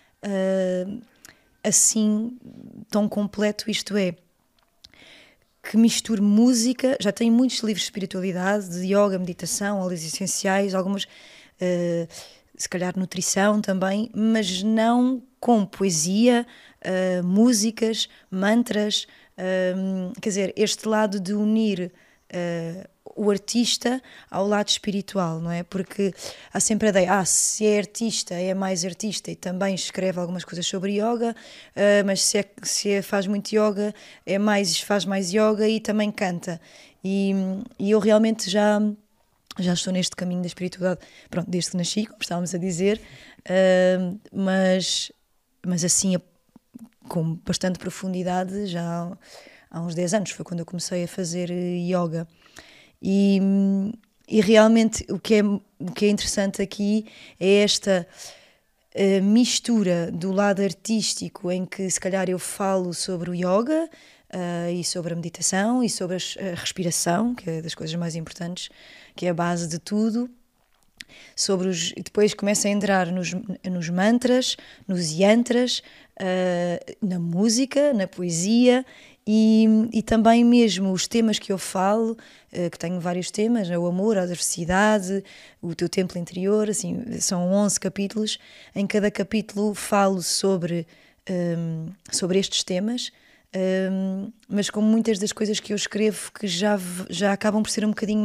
assim tão completo, isto é, que misture música, já tem muitos livros de espiritualidade, de yoga, meditação, óleos essenciais, algumas, se calhar nutrição também, mas não com poesia, músicas, mantras, quer dizer, este lado de unir o artista ao lado espiritual, não é? Porque há sempre a ideia, se é artista, é mais artista e também escreve algumas coisas sobre yoga, mas se faz muito yoga, faz mais yoga e também canta. E eu realmente já estou neste caminho da espiritualidade, pronto, desde que nasci, como estávamos a dizer, mas assim, com bastante profundidade, já há uns 10 anos, foi quando eu comecei a fazer yoga. E realmente o que é interessante aqui é esta mistura do lado artístico, em que se calhar eu falo sobre o yoga e sobre a meditação e sobre a respiração, que é das coisas mais importantes, que é a base de tudo, e depois começo a entrar nos mantras, nos yantras, na música, na poesia e também mesmo os temas que eu falo, que tenho vários temas, o amor, a adversidade, o teu templo interior, assim, são 11 capítulos, em cada capítulo falo sobre estes temas, mas com muitas das coisas que eu escrevo que já acabam por ser um bocadinho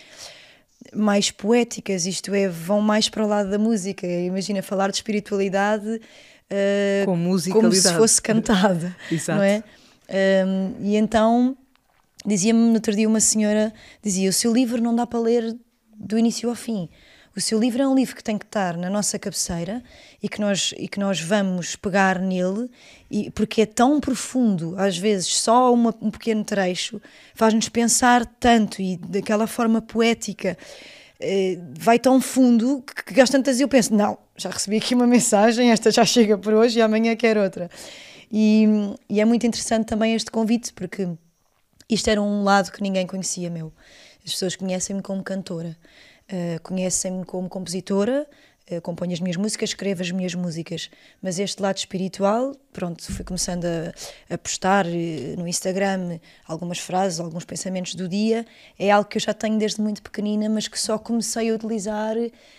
mais poéticas, isto é, vão mais para o lado da música. Imagina falar de espiritualidade com musicalidade, como se fosse cantada. Exato. Não é? E então dizia-me no outro dia uma senhora, dizia, o seu livro não dá para ler do início ao fim, o seu livro é um livro que tem que estar na nossa cabeceira e que nós vamos pegar nele, porque é tão profundo, às vezes só um pequeno trecho faz-nos pensar tanto e daquela forma poética vai tão fundo que às tantas eu penso, não, já recebi aqui uma mensagem, esta já chega por hoje e amanhã quero outra. E é muito interessante também este convite, porque isto era um lado que ninguém conhecia meu. As pessoas conhecem-me como cantora, conhecem-me como compositora, componho as minhas músicas, escrevo as minhas músicas, mas este lado espiritual, pronto, fui começando a postar no Instagram algumas frases, alguns pensamentos do dia, é algo que eu já tenho desde muito pequenina, mas que só comecei a utilizar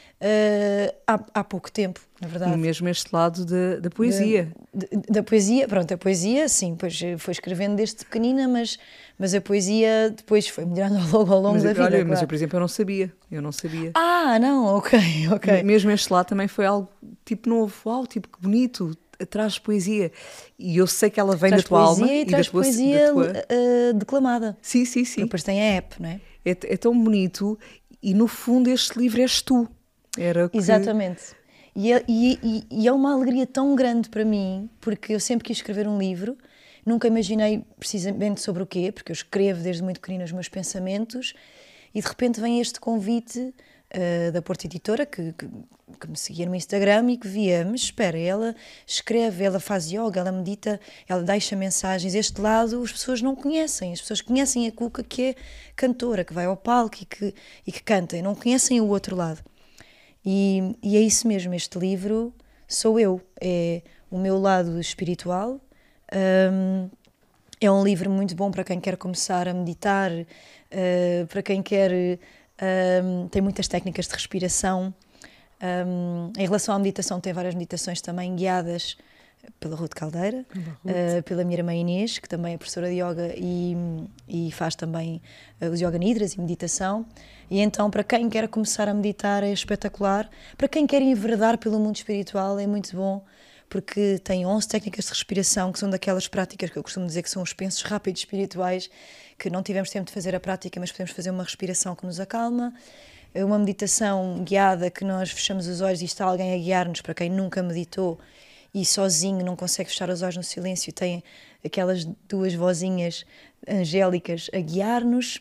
há pouco tempo, na verdade. E mesmo este lado da poesia. Da poesia, pronto, a poesia, sim, pois foi escrevendo desde pequenina, mas a poesia depois foi melhorando ao longo da vida. Olha, claro. Mas eu, por exemplo, eu não sabia. Não, ok. Mesmo este lado também foi algo tipo novo. Uau, tipo que bonito. traz poesia. E eu sei que ela vem Traz da tua alma poesia e traz poesia declamada. Sim. Depois tem a app, não é? É tão bonito e no fundo este livro és tu. Era que... Exatamente. E é uma alegria tão grande para mim, porque eu sempre quis escrever um livro, nunca imaginei precisamente sobre o quê, porque eu escrevo desde muito pequenina os meus pensamentos, e de repente vem este convite da Porta Editora, que me seguia no Instagram e que via, mas espera, ela escreve, ela faz yoga, ela medita, ela deixa mensagens. Este lado as pessoas não conhecem, as pessoas conhecem a Cuca, que é cantora, que vai ao palco e que canta, e não conhecem o outro lado. E é isso mesmo, este livro sou eu, é o meu lado espiritual. É um livro muito bom para quem quer começar a meditar, para quem quer... tem muitas técnicas de respiração. Em relação à meditação, tem várias meditações também guiadas pela Ruth Caldeira, pela minha irmã Inês, que também é professora de yoga e faz também os yoga nidras e meditação. E então, para quem quer começar a meditar, é espetacular. Para quem quer enveredar pelo mundo espiritual, é muito bom, porque tem 11 técnicas de respiração, que são daquelas práticas que eu costumo dizer que são os pensos rápidos espirituais, que não tivemos tempo de fazer a prática, mas podemos fazer uma respiração que nos acalma. Uma meditação guiada, que nós fechamos os olhos e está alguém a guiar-nos, para quem nunca meditou e sozinho não consegue fechar os olhos no silêncio, tem aquelas duas vozinhas angélicas a guiar-nos.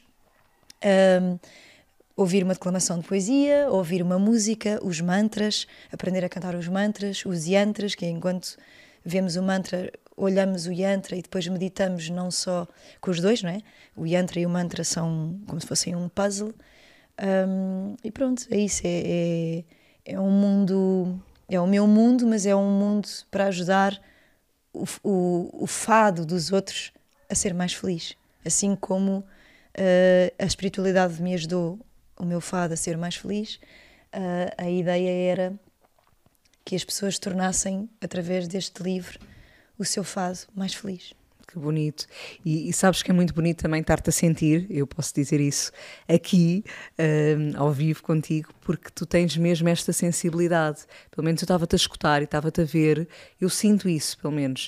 Ouvir uma declamação de poesia, ouvir uma música, os mantras, aprender a cantar os mantras, os yantras, que é enquanto vemos o mantra, olhamos o yantra e depois meditamos não só com os dois, não é? O yantra e o mantra são como se fossem um puzzle. E pronto, é isso, é um mundo, é o meu mundo, mas é um mundo para ajudar o fado dos outros a ser mais feliz. Assim como a espiritualidade me ajudou o meu fado a ser mais feliz, a ideia era que as pessoas tornassem, através deste livro, o seu fado mais feliz. Que bonito. E sabes que é muito bonito também estar-te a sentir, eu posso dizer isso, aqui, ao vivo contigo, porque tu tens mesmo esta sensibilidade. Pelo menos eu estava-te a escutar e estava-te a ver, eu sinto isso, pelo menos,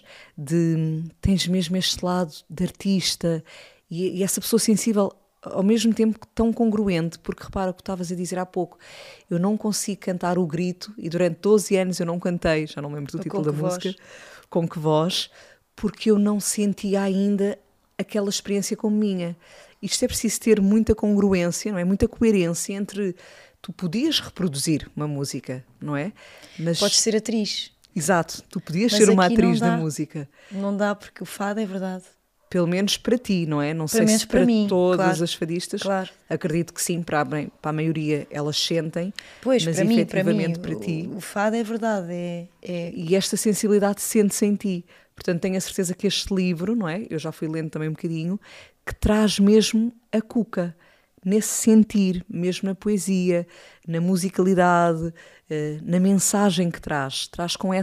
tens mesmo este lado de artista e essa pessoa sensível, ao mesmo tempo tão congruente, porque repara o que estavas a dizer há pouco, eu não consigo cantar o grito, e durante 12 anos eu não cantei, já não me lembro do título da música, com que voz, porque eu não sentia ainda aquela experiência como minha. Isto é preciso ter muita congruência, não é? Muita coerência entre... Tu podias reproduzir uma música, não é? Mas podes ser atriz. Exato, tu podias ser uma atriz da música. Não dá, porque o fado é verdade. Pelo menos para ti, não é? Não sei se para mim, todas as fadistas. Claro. Acredito que sim, para a maioria elas sentem. Pois, mas para mim, para ti. O fado é verdade. E esta sensibilidade sente-se em ti. Portanto, tenho a certeza que este livro, não é? Eu já fui lendo também um bocadinho, que traz mesmo a Cuca, nesse sentir, mesmo na poesia, na musicalidade, na mensagem que traz. Traz com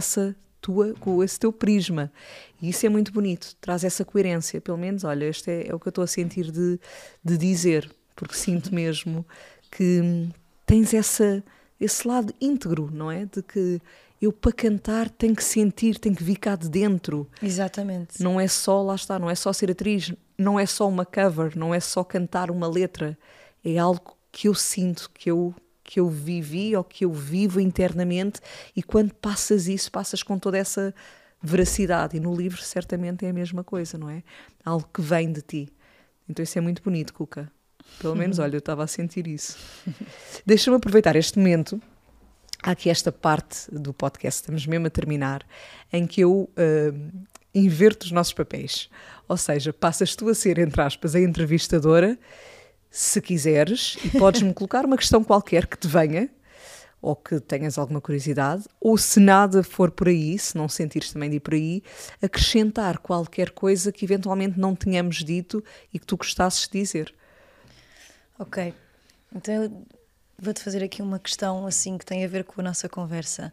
esse teu prisma. E isso é muito bonito, traz essa coerência. Pelo menos, olha, este é o que eu estou a sentir de dizer, porque sinto mesmo que tens esse lado íntegro, não é? De que eu, para cantar, tenho que sentir, tenho que vir cá de dentro. Exatamente. Não é só, lá está, não é só ser atriz, não é só uma cover, não é só cantar uma letra. É algo que eu sinto, que eu vivi ou que eu vivo internamente, e quando passas isso, passas com toda essa veracidade. E no livro certamente é a mesma coisa, não é? Algo que vem de ti. Então isso é muito bonito, Cuca. Pelo menos, olha, eu estava a sentir isso. Deixa-me aproveitar este momento. Há aqui esta parte do podcast, estamos mesmo a terminar, em que eu inverto os nossos papéis. Ou seja, passas tu a ser, entre aspas, a entrevistadora, se quiseres, e podes-me colocar uma questão qualquer que te venha, ou que tenhas alguma curiosidade, ou se nada for por aí, se não sentires também de ir por aí, acrescentar qualquer coisa que eventualmente não tenhamos dito e que tu gostasses de dizer. Ok, então eu vou-te fazer aqui uma questão assim que tem a ver com a nossa conversa.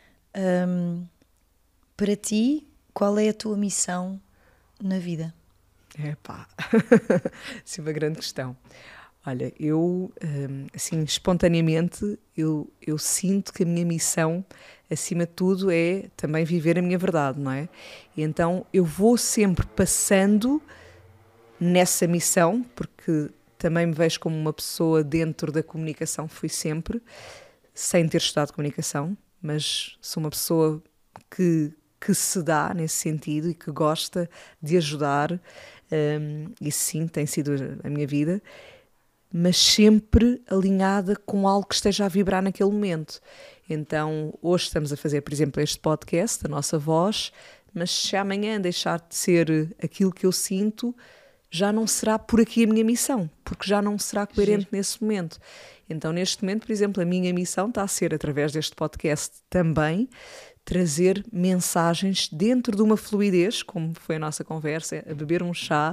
Para ti, qual é a tua missão na vida? Epá, isso é uma grande questão. Olha, eu, assim, espontaneamente, eu sinto que a minha missão acima de tudo é também viver a minha verdade, não é? E então eu vou sempre passando nessa missão, porque também me vejo como uma pessoa dentro da comunicação, fui sempre, sem ter estudado comunicação, mas sou uma pessoa que se dá nesse sentido e que gosta de ajudar, isso sim, tem sido a minha vida, mas sempre alinhada com algo que esteja a vibrar naquele momento. Então, hoje estamos a fazer, por exemplo, este podcast, a nossa voz, mas se amanhã deixar de ser aquilo que eu sinto, já não será por aqui a minha missão, porque já não será coerente nesse momento. Então, neste momento, por exemplo, a minha missão está a ser, através deste podcast também, trazer mensagens dentro de uma fluidez, como foi a nossa conversa, a beber um chá,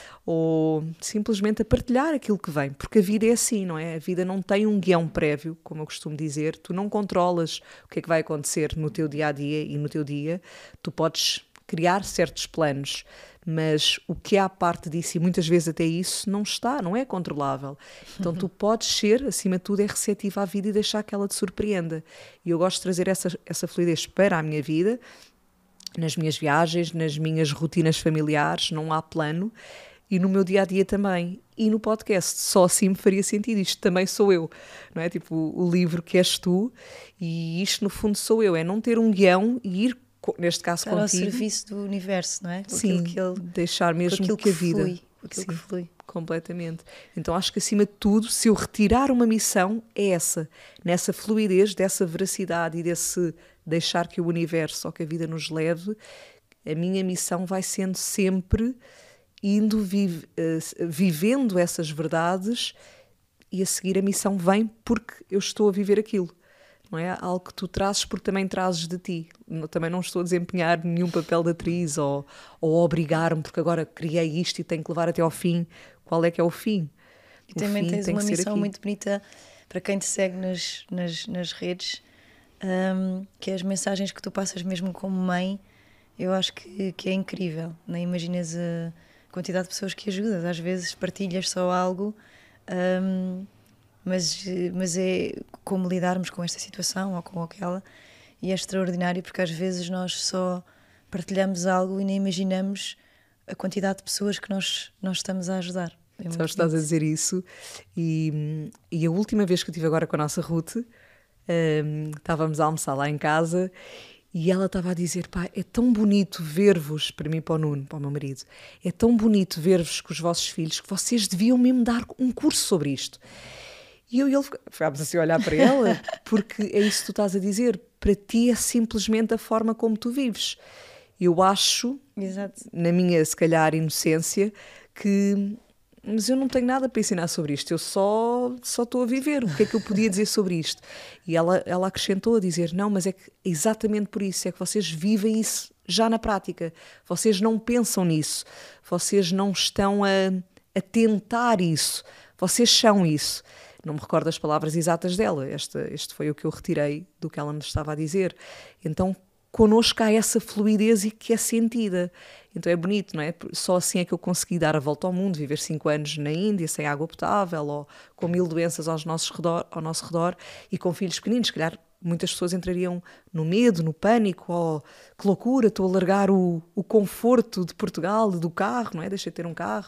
ou simplesmente a partilhar aquilo que vem, porque a vida é assim, não é? A vida não tem um guião prévio, como eu costumo dizer, tu não controlas o que é que vai acontecer no teu dia-a-dia e no teu dia, tu podes criar certos planos, mas o que há à parte disso, e muitas vezes até isso, não é controlável. Então tu podes ser, acima de tudo, é receptiva à vida e deixar que ela te surpreenda. E eu gosto de trazer essa fluidez para a minha vida, nas minhas viagens, nas minhas rotinas familiares, não há plano, e no meu dia-a-dia também, e no podcast, só assim me faria sentido, isto também sou eu, não é? Tipo, o livro que és tu, e isto no fundo sou eu, é não ter um guião e ir, neste caso estar contigo. Ao serviço do universo, não é? Sim, deixar mesmo que a vida... Aquilo que flui. Completamente. Então acho que acima de tudo, se eu retirar uma missão, é essa, nessa fluidez, dessa veracidade e desse deixar que o universo ou que a vida nos leve, a minha missão vai sendo sempre indo vivendo essas verdades, e a seguir a missão vem porque eu estou a viver aquilo. Não é algo que tu trazes porque também trazes de ti. Também não estou a desempenhar nenhum papel de atriz ou obrigar-me porque agora criei isto e tenho que levar até ao fim. Qual é que é o fim? E também tens uma missão muito bonita para quem te segue nas redes, que é as mensagens que tu passas mesmo como mãe. Eu acho que é incrível. Nem imaginas a quantidade de pessoas que ajudas. Às vezes partilhas só algo, mas é como lidarmos com esta situação ou com aquela, e é extraordinário porque às vezes nós só partilhamos algo e nem imaginamos a quantidade de pessoas que nós estamos a ajudar. Só estás a dizer isso, e a última vez que eu estive agora com a nossa Ruth, estávamos a almoçar lá em casa e ela estava a dizer, pá, é tão bonito ver-vos, para mim e para o Nuno, para o meu marido, é tão bonito ver-vos com os vossos filhos que vocês deviam mesmo dar um curso sobre isto. E eu e ele ficámos assim a olhar para ela, porque é isso que tu estás a dizer, para ti é simplesmente a forma como tu vives. Eu acho, Exato, na minha, se calhar, inocência, que... Mas eu não tenho nada para ensinar sobre isto, eu só estou a viver. O que é que eu podia dizer sobre isto? E ela acrescentou a dizer, não, mas é que exatamente por isso, é que vocês vivem isso já na prática. Vocês não pensam nisso, vocês não estão a tentar isso, vocês são isso. Não me recordo as palavras exatas dela, este foi o que eu retirei do que ela me estava a dizer. Então, connosco há essa fluidez e que é sentida. Então é bonito, não é? Só assim é que eu consegui dar a volta ao mundo, viver 5 anos na Índia sem água potável ou com 1000 doenças ao nosso redor e com filhos pequeninos. Se calhar muitas pessoas entrariam no medo, no pânico, ou que loucura, estou a largar o conforto de Portugal, do carro, não é? Deixei de ter um carro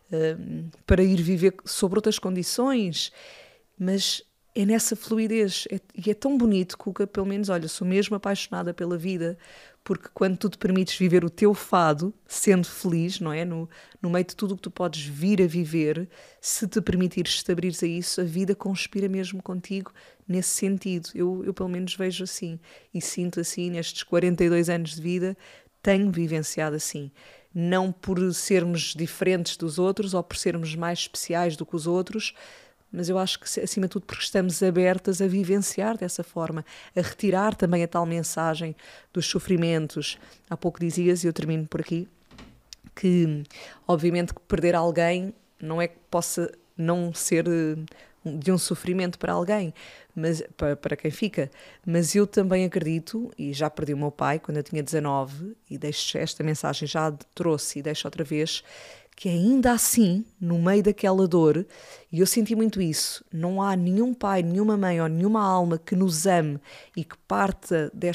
para ir viver sobre outras condições, mas... é nessa fluidez, e é tão bonito, Cuca, pelo menos, olha, sou mesmo apaixonada pela vida, porque quando tu te permites viver o teu fado, sendo feliz, não é? No meio de tudo o que tu podes vir a viver, se te permitires te abrires a isso, a vida conspira mesmo contigo nesse sentido. Eu pelo menos vejo assim, e sinto assim, nestes 42 anos de vida, tenho vivenciado assim. Não por sermos diferentes dos outros, ou por sermos mais especiais do que os outros, mas eu acho que, acima de tudo, porque estamos abertas a vivenciar dessa forma, a retirar também a tal mensagem dos sofrimentos. Há pouco dizias, e eu termino por aqui, que, obviamente, que perder alguém não é que possa não ser de um sofrimento para alguém, mas para quem fica. Mas eu também acredito, e já perdi o meu pai quando eu tinha 19, e deixo esta mensagem, já trouxe e deixo outra vez, que ainda assim, no meio daquela dor, e eu senti muito isso, não há nenhum pai, nenhuma mãe ou nenhuma alma que nos ame e que parte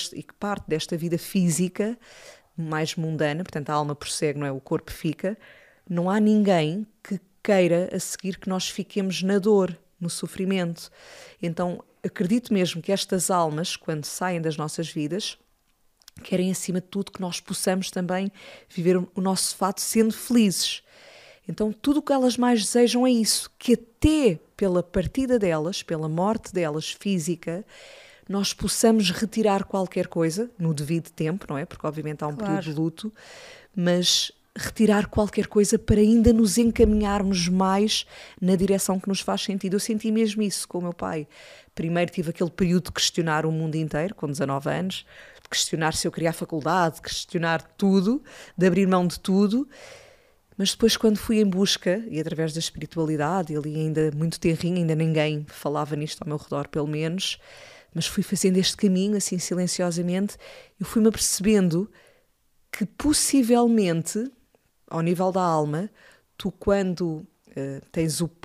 desta vida física mais mundana, portanto a alma prossegue, não é? O corpo fica, não há ninguém que queira a seguir que nós fiquemos na dor, no sofrimento. Então acredito mesmo que estas almas, quando saem das nossas vidas, querem acima de tudo que nós possamos também viver o nosso fato sendo felizes. Então tudo o que elas mais desejam é isso, que até pela partida delas, pela morte delas física, nós possamos retirar qualquer coisa, no devido tempo, não é? Porque obviamente há um período de luto, mas retirar qualquer coisa para ainda nos encaminharmos mais na direção que nos faz sentido. Eu senti mesmo isso com o meu pai. Primeiro tive aquele período de questionar o mundo inteiro, com 19 anos, de questionar se eu queria a faculdade, de questionar tudo, de abrir mão de tudo. Mas depois, quando fui em busca, e através da espiritualidade, ali ainda muito tenrinho, ainda ninguém falava nisto ao meu redor, pelo menos, mas fui fazendo este caminho, assim, silenciosamente, eu fui-me apercebendo que, possivelmente, ao nível da alma, tu, quando tens o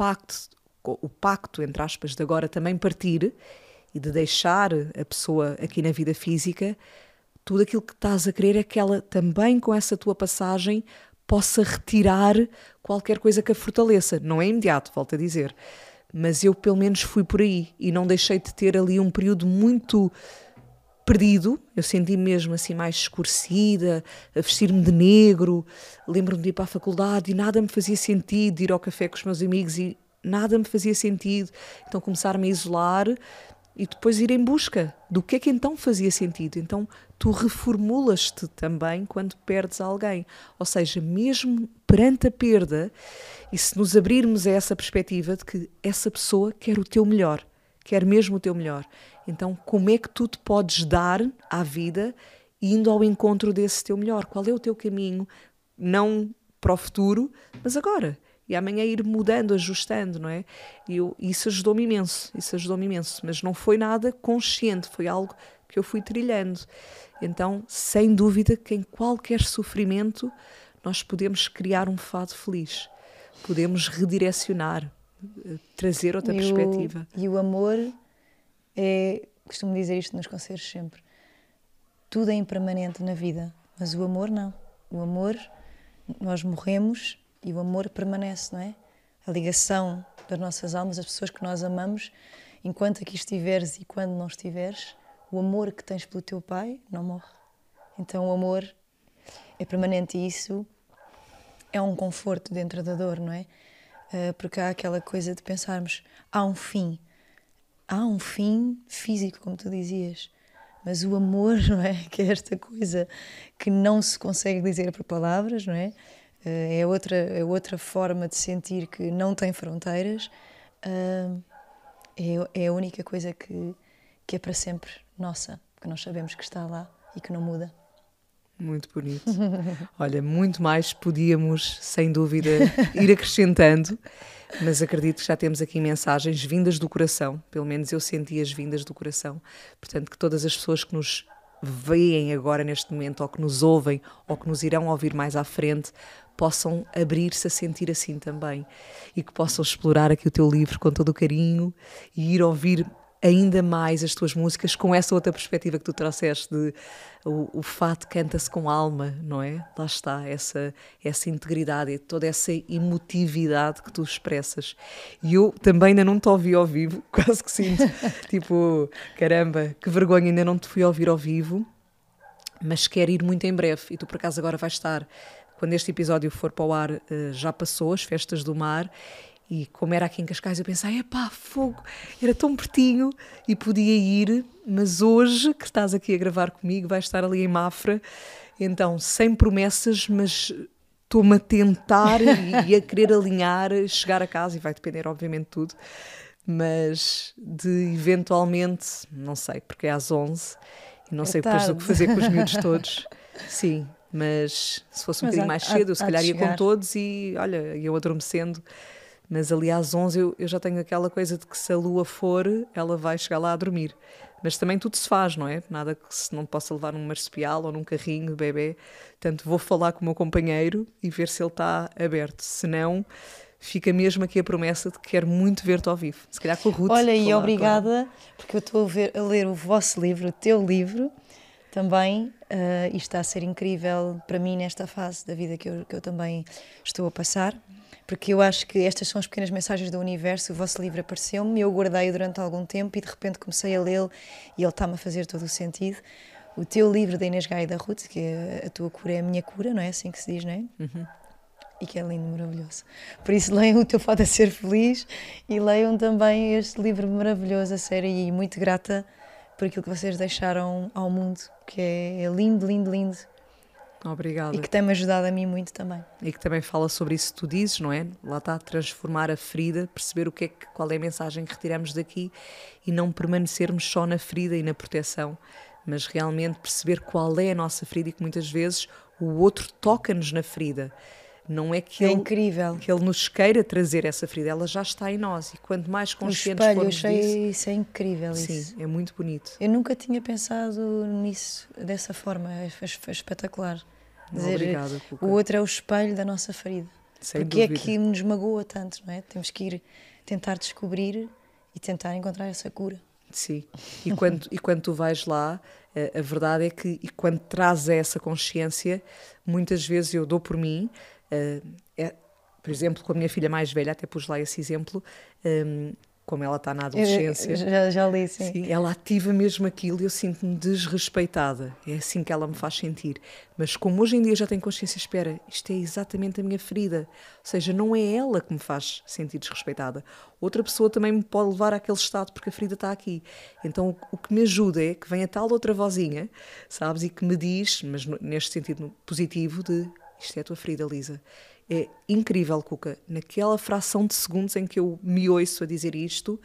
pacto, entre aspas, de agora também partir, e de deixar a pessoa aqui na vida física, tudo aquilo que estás a querer é que ela, também com essa tua passagem, possa retirar qualquer coisa que a fortaleça. Não é imediato, volto a dizer. Mas eu pelo menos fui por aí e não deixei de ter ali um período muito perdido. Eu senti mesmo assim mais escurecida, a vestir-me de negro. Lembro-me de ir para a faculdade e nada me fazia sentido, de ir ao café com os meus amigos e nada me fazia sentido. Então começar-me a isolar e depois ir em busca do que é que então fazia sentido. Então tu reformulas-te também quando perdes alguém. Ou seja, mesmo perante a perda, e se nos abrirmos a essa perspectiva de que essa pessoa quer o teu melhor, quer mesmo o teu melhor. Então como é que tu te podes dar à vida indo ao encontro desse teu melhor? Qual é o teu caminho? Não para o futuro, mas agora. E amanhã ir mudando, ajustando, não é? E isso ajudou-me imenso, mas não foi nada consciente, foi algo que eu fui trilhando. Então, sem dúvida que em qualquer sofrimento nós podemos criar um fado feliz, podemos redirecionar, trazer outra perspectiva. E o amor costumo dizer isto nos concertos sempre, tudo é impermanente na vida, mas o amor não. O amor, nós morremos e o amor permanece, não é? A ligação das nossas almas, as pessoas que nós amamos, enquanto aqui estiveres e quando não estiveres, o amor que tens pelo teu pai não morre. Então o amor é permanente e isso é um conforto dentro da dor, não é? Porque há aquela coisa de pensarmos, há um fim físico, como tu dizias, mas o amor, não é? Que é esta coisa que não se consegue dizer por palavras, não é? É outra forma de sentir que não tem fronteiras, é a única coisa que é para sempre nossa, que nós sabemos que está lá e que não muda. Muito bonito. Olha, muito mais podíamos, sem dúvida, ir acrescentando, mas acredito que já temos aqui mensagens vindas do coração, pelo menos eu senti as vindas do coração, portanto que todas as pessoas que nos veem agora neste momento, ou que nos ouvem, ou que nos irão ouvir mais à frente, possam abrir-se a sentir assim também e que possam explorar aqui o teu livro com todo o carinho e ir ouvir ainda mais as tuas músicas com essa outra perspectiva que tu trouxeste de o fado canta-se com alma, não é? Lá está, essa integridade e toda essa emotividade que tu expressas. E eu também ainda não te ouvi ao vivo, quase que sinto, tipo, caramba, que vergonha, ainda não te fui ouvir ao vivo, mas quero ir muito em breve e tu por acaso agora vais estar, quando este episódio for para o ar, já passou as festas do mar. E como era aqui em Cascais, eu pensei, epá, fogo, era tão pertinho e podia ir, mas hoje, que estás aqui a gravar comigo, vais estar ali em Mafra, então, sem promessas, mas estou-me a tentar e a querer alinhar, chegar a casa, e vai depender, obviamente, de tudo, mas de eventualmente, não sei, porque é às 11, e não sei depois o que fazer com os miúdos todos, sim, mas se fosse um bocadinho mais cedo, eu se calhar ia com todos e, olha, eu adormecendo. Mas ali às 11 eu já tenho aquela coisa de que se a lua for, ela vai chegar lá a dormir. Mas também tudo se faz, não é? Nada que se não possa levar num marsupial ou num carrinho de bebê. Portanto, vou falar com o meu companheiro e ver se ele está aberto. Se não, fica mesmo aqui a promessa de que quero muito ver-te ao vivo. Se calhar com o Ruth. Olha, e obrigada, porque eu estou a ler o vosso livro, o teu livro, também, e está a ser incrível para mim nesta fase da vida que eu também estou a passar, porque eu acho que estas são as pequenas mensagens do universo. O vosso livro apareceu-me, eu guardei-o durante algum tempo e de repente comecei a lê-lo e ele está-me a fazer todo o sentido. O teu livro da Inês Gaia e da Ruth, que é A Tua Cura é a Minha Cura, não é assim que se diz, não é? Uhum. E que é lindo, maravilhoso. Por isso leiam O Teu Fato a Ser Feliz e leiam também este livro maravilhoso, a sério, e muito grata por aquilo que vocês deixaram ao mundo, que é lindo, lindo, lindo. Obrigada. E que tem-me ajudado a mim muito também. E que também fala sobre isso que tu dizes, não é? Lá está, transformar a ferida, perceber qual é a mensagem que retiramos daqui e não permanecermos só na ferida e na proteção, mas realmente perceber qual é a nossa ferida e que muitas vezes o outro toca-nos na ferida. Não é que incrível. Que ele nos queira trazer essa ferida, ela já está em nós. E quanto mais conscientes formos disso... Isso é incrível. Sim, isso. é muito bonito. Eu nunca tinha pensado nisso dessa forma, é espetacular. Dizer, obrigada, Cuca. O outro é o espelho da nossa ferida. Sem Porque dúvida. é que nos magoa tanto, não é? Temos que ir tentar descobrir e tentar encontrar essa cura. Sim, e quando tu vais lá, a verdade é que, e quando trazes essa consciência, muitas vezes eu dou por mim, por exemplo, com a minha filha mais velha, até pus lá esse exemplo, como ela está na adolescência. Já li, sim. Sim, ela ativa mesmo aquilo e eu sinto-me desrespeitada. É assim que ela me faz sentir. Mas como hoje em dia já tenho consciência, espera, isto é exatamente a minha ferida. Ou seja, não é ela que me faz sentir desrespeitada. Outra pessoa também me pode levar àquele estado porque a ferida está aqui. Então o que me ajuda é que venha tal outra vozinha, sabes, e que me diz, mas neste sentido positivo, de isto é a tua ferida, Lisa. É incrível, Cuca, naquela fração de segundos em que eu me ouço a dizer isto,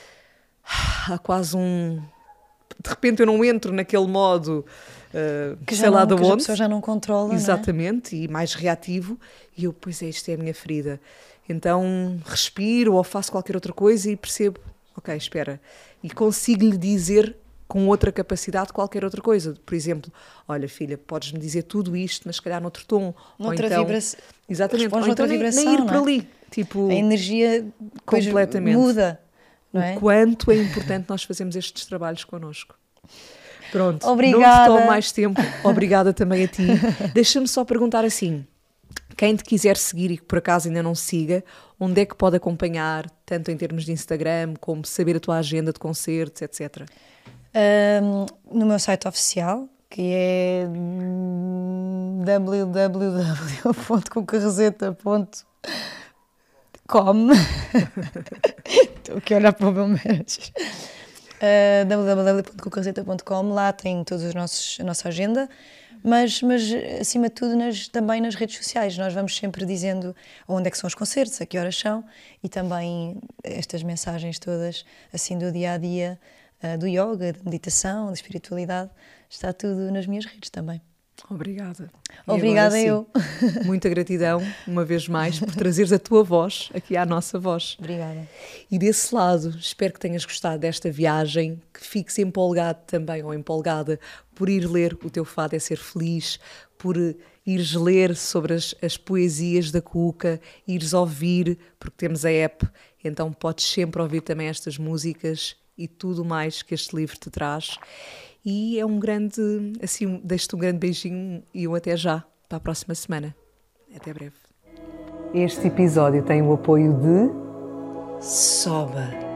há quase de repente eu não entro naquele modo, que sei lá de onde. A pessoa já não controla, exatamente, não é? E mais reativo, e eu, pois é, isto é a minha ferida. Então respiro ou faço qualquer outra coisa e percebo, ok, espera, e consigo-lhe dizer com outra capacidade qualquer outra coisa. Por exemplo, olha filha, podes-me dizer tudo isto, mas se calhar noutro tom. Noutra então, vibração. Exatamente, ou então nem ir por ali. Tipo, a energia completamente muda. Não é? O quanto é importante nós fazermos estes trabalhos connosco. Pronto, obrigada. Não te tomo mais tempo. Obrigada também a ti. Deixa-me só perguntar assim, quem te quiser seguir e que por acaso ainda não siga, onde é que pode acompanhar, tanto em termos de Instagram, como saber a tua agenda de concertos, etc.? No meu site oficial, que é www.cucarrezeta.com. Estou aqui a olhar para o meu manager. www.cucarrezeta.com. Lá tem toda a nossa agenda, mas acima de tudo também nas redes sociais. Nós vamos sempre dizendo onde é que são os concertos, a que horas são, e também estas mensagens todas assim do dia-a-dia, do yoga, da meditação, da espiritualidade, está tudo nas minhas redes também. Obrigada. Obrigada eu. Muita gratidão, uma vez mais, por trazeres a tua voz aqui à nossa voz. Obrigada. E desse lado, espero que tenhas gostado desta viagem, que fiques empolgado também, ou empolgada, por ir ler O Teu Fado é Ser Feliz, por ires ler sobre as poesias da Cuca, ires ouvir, porque temos a app, então podes sempre ouvir também estas músicas e tudo mais que este livro te traz. E é deixo-te um grande beijinho e um até já, para a próxima semana. Até breve. Este episódio tem o apoio de Soba.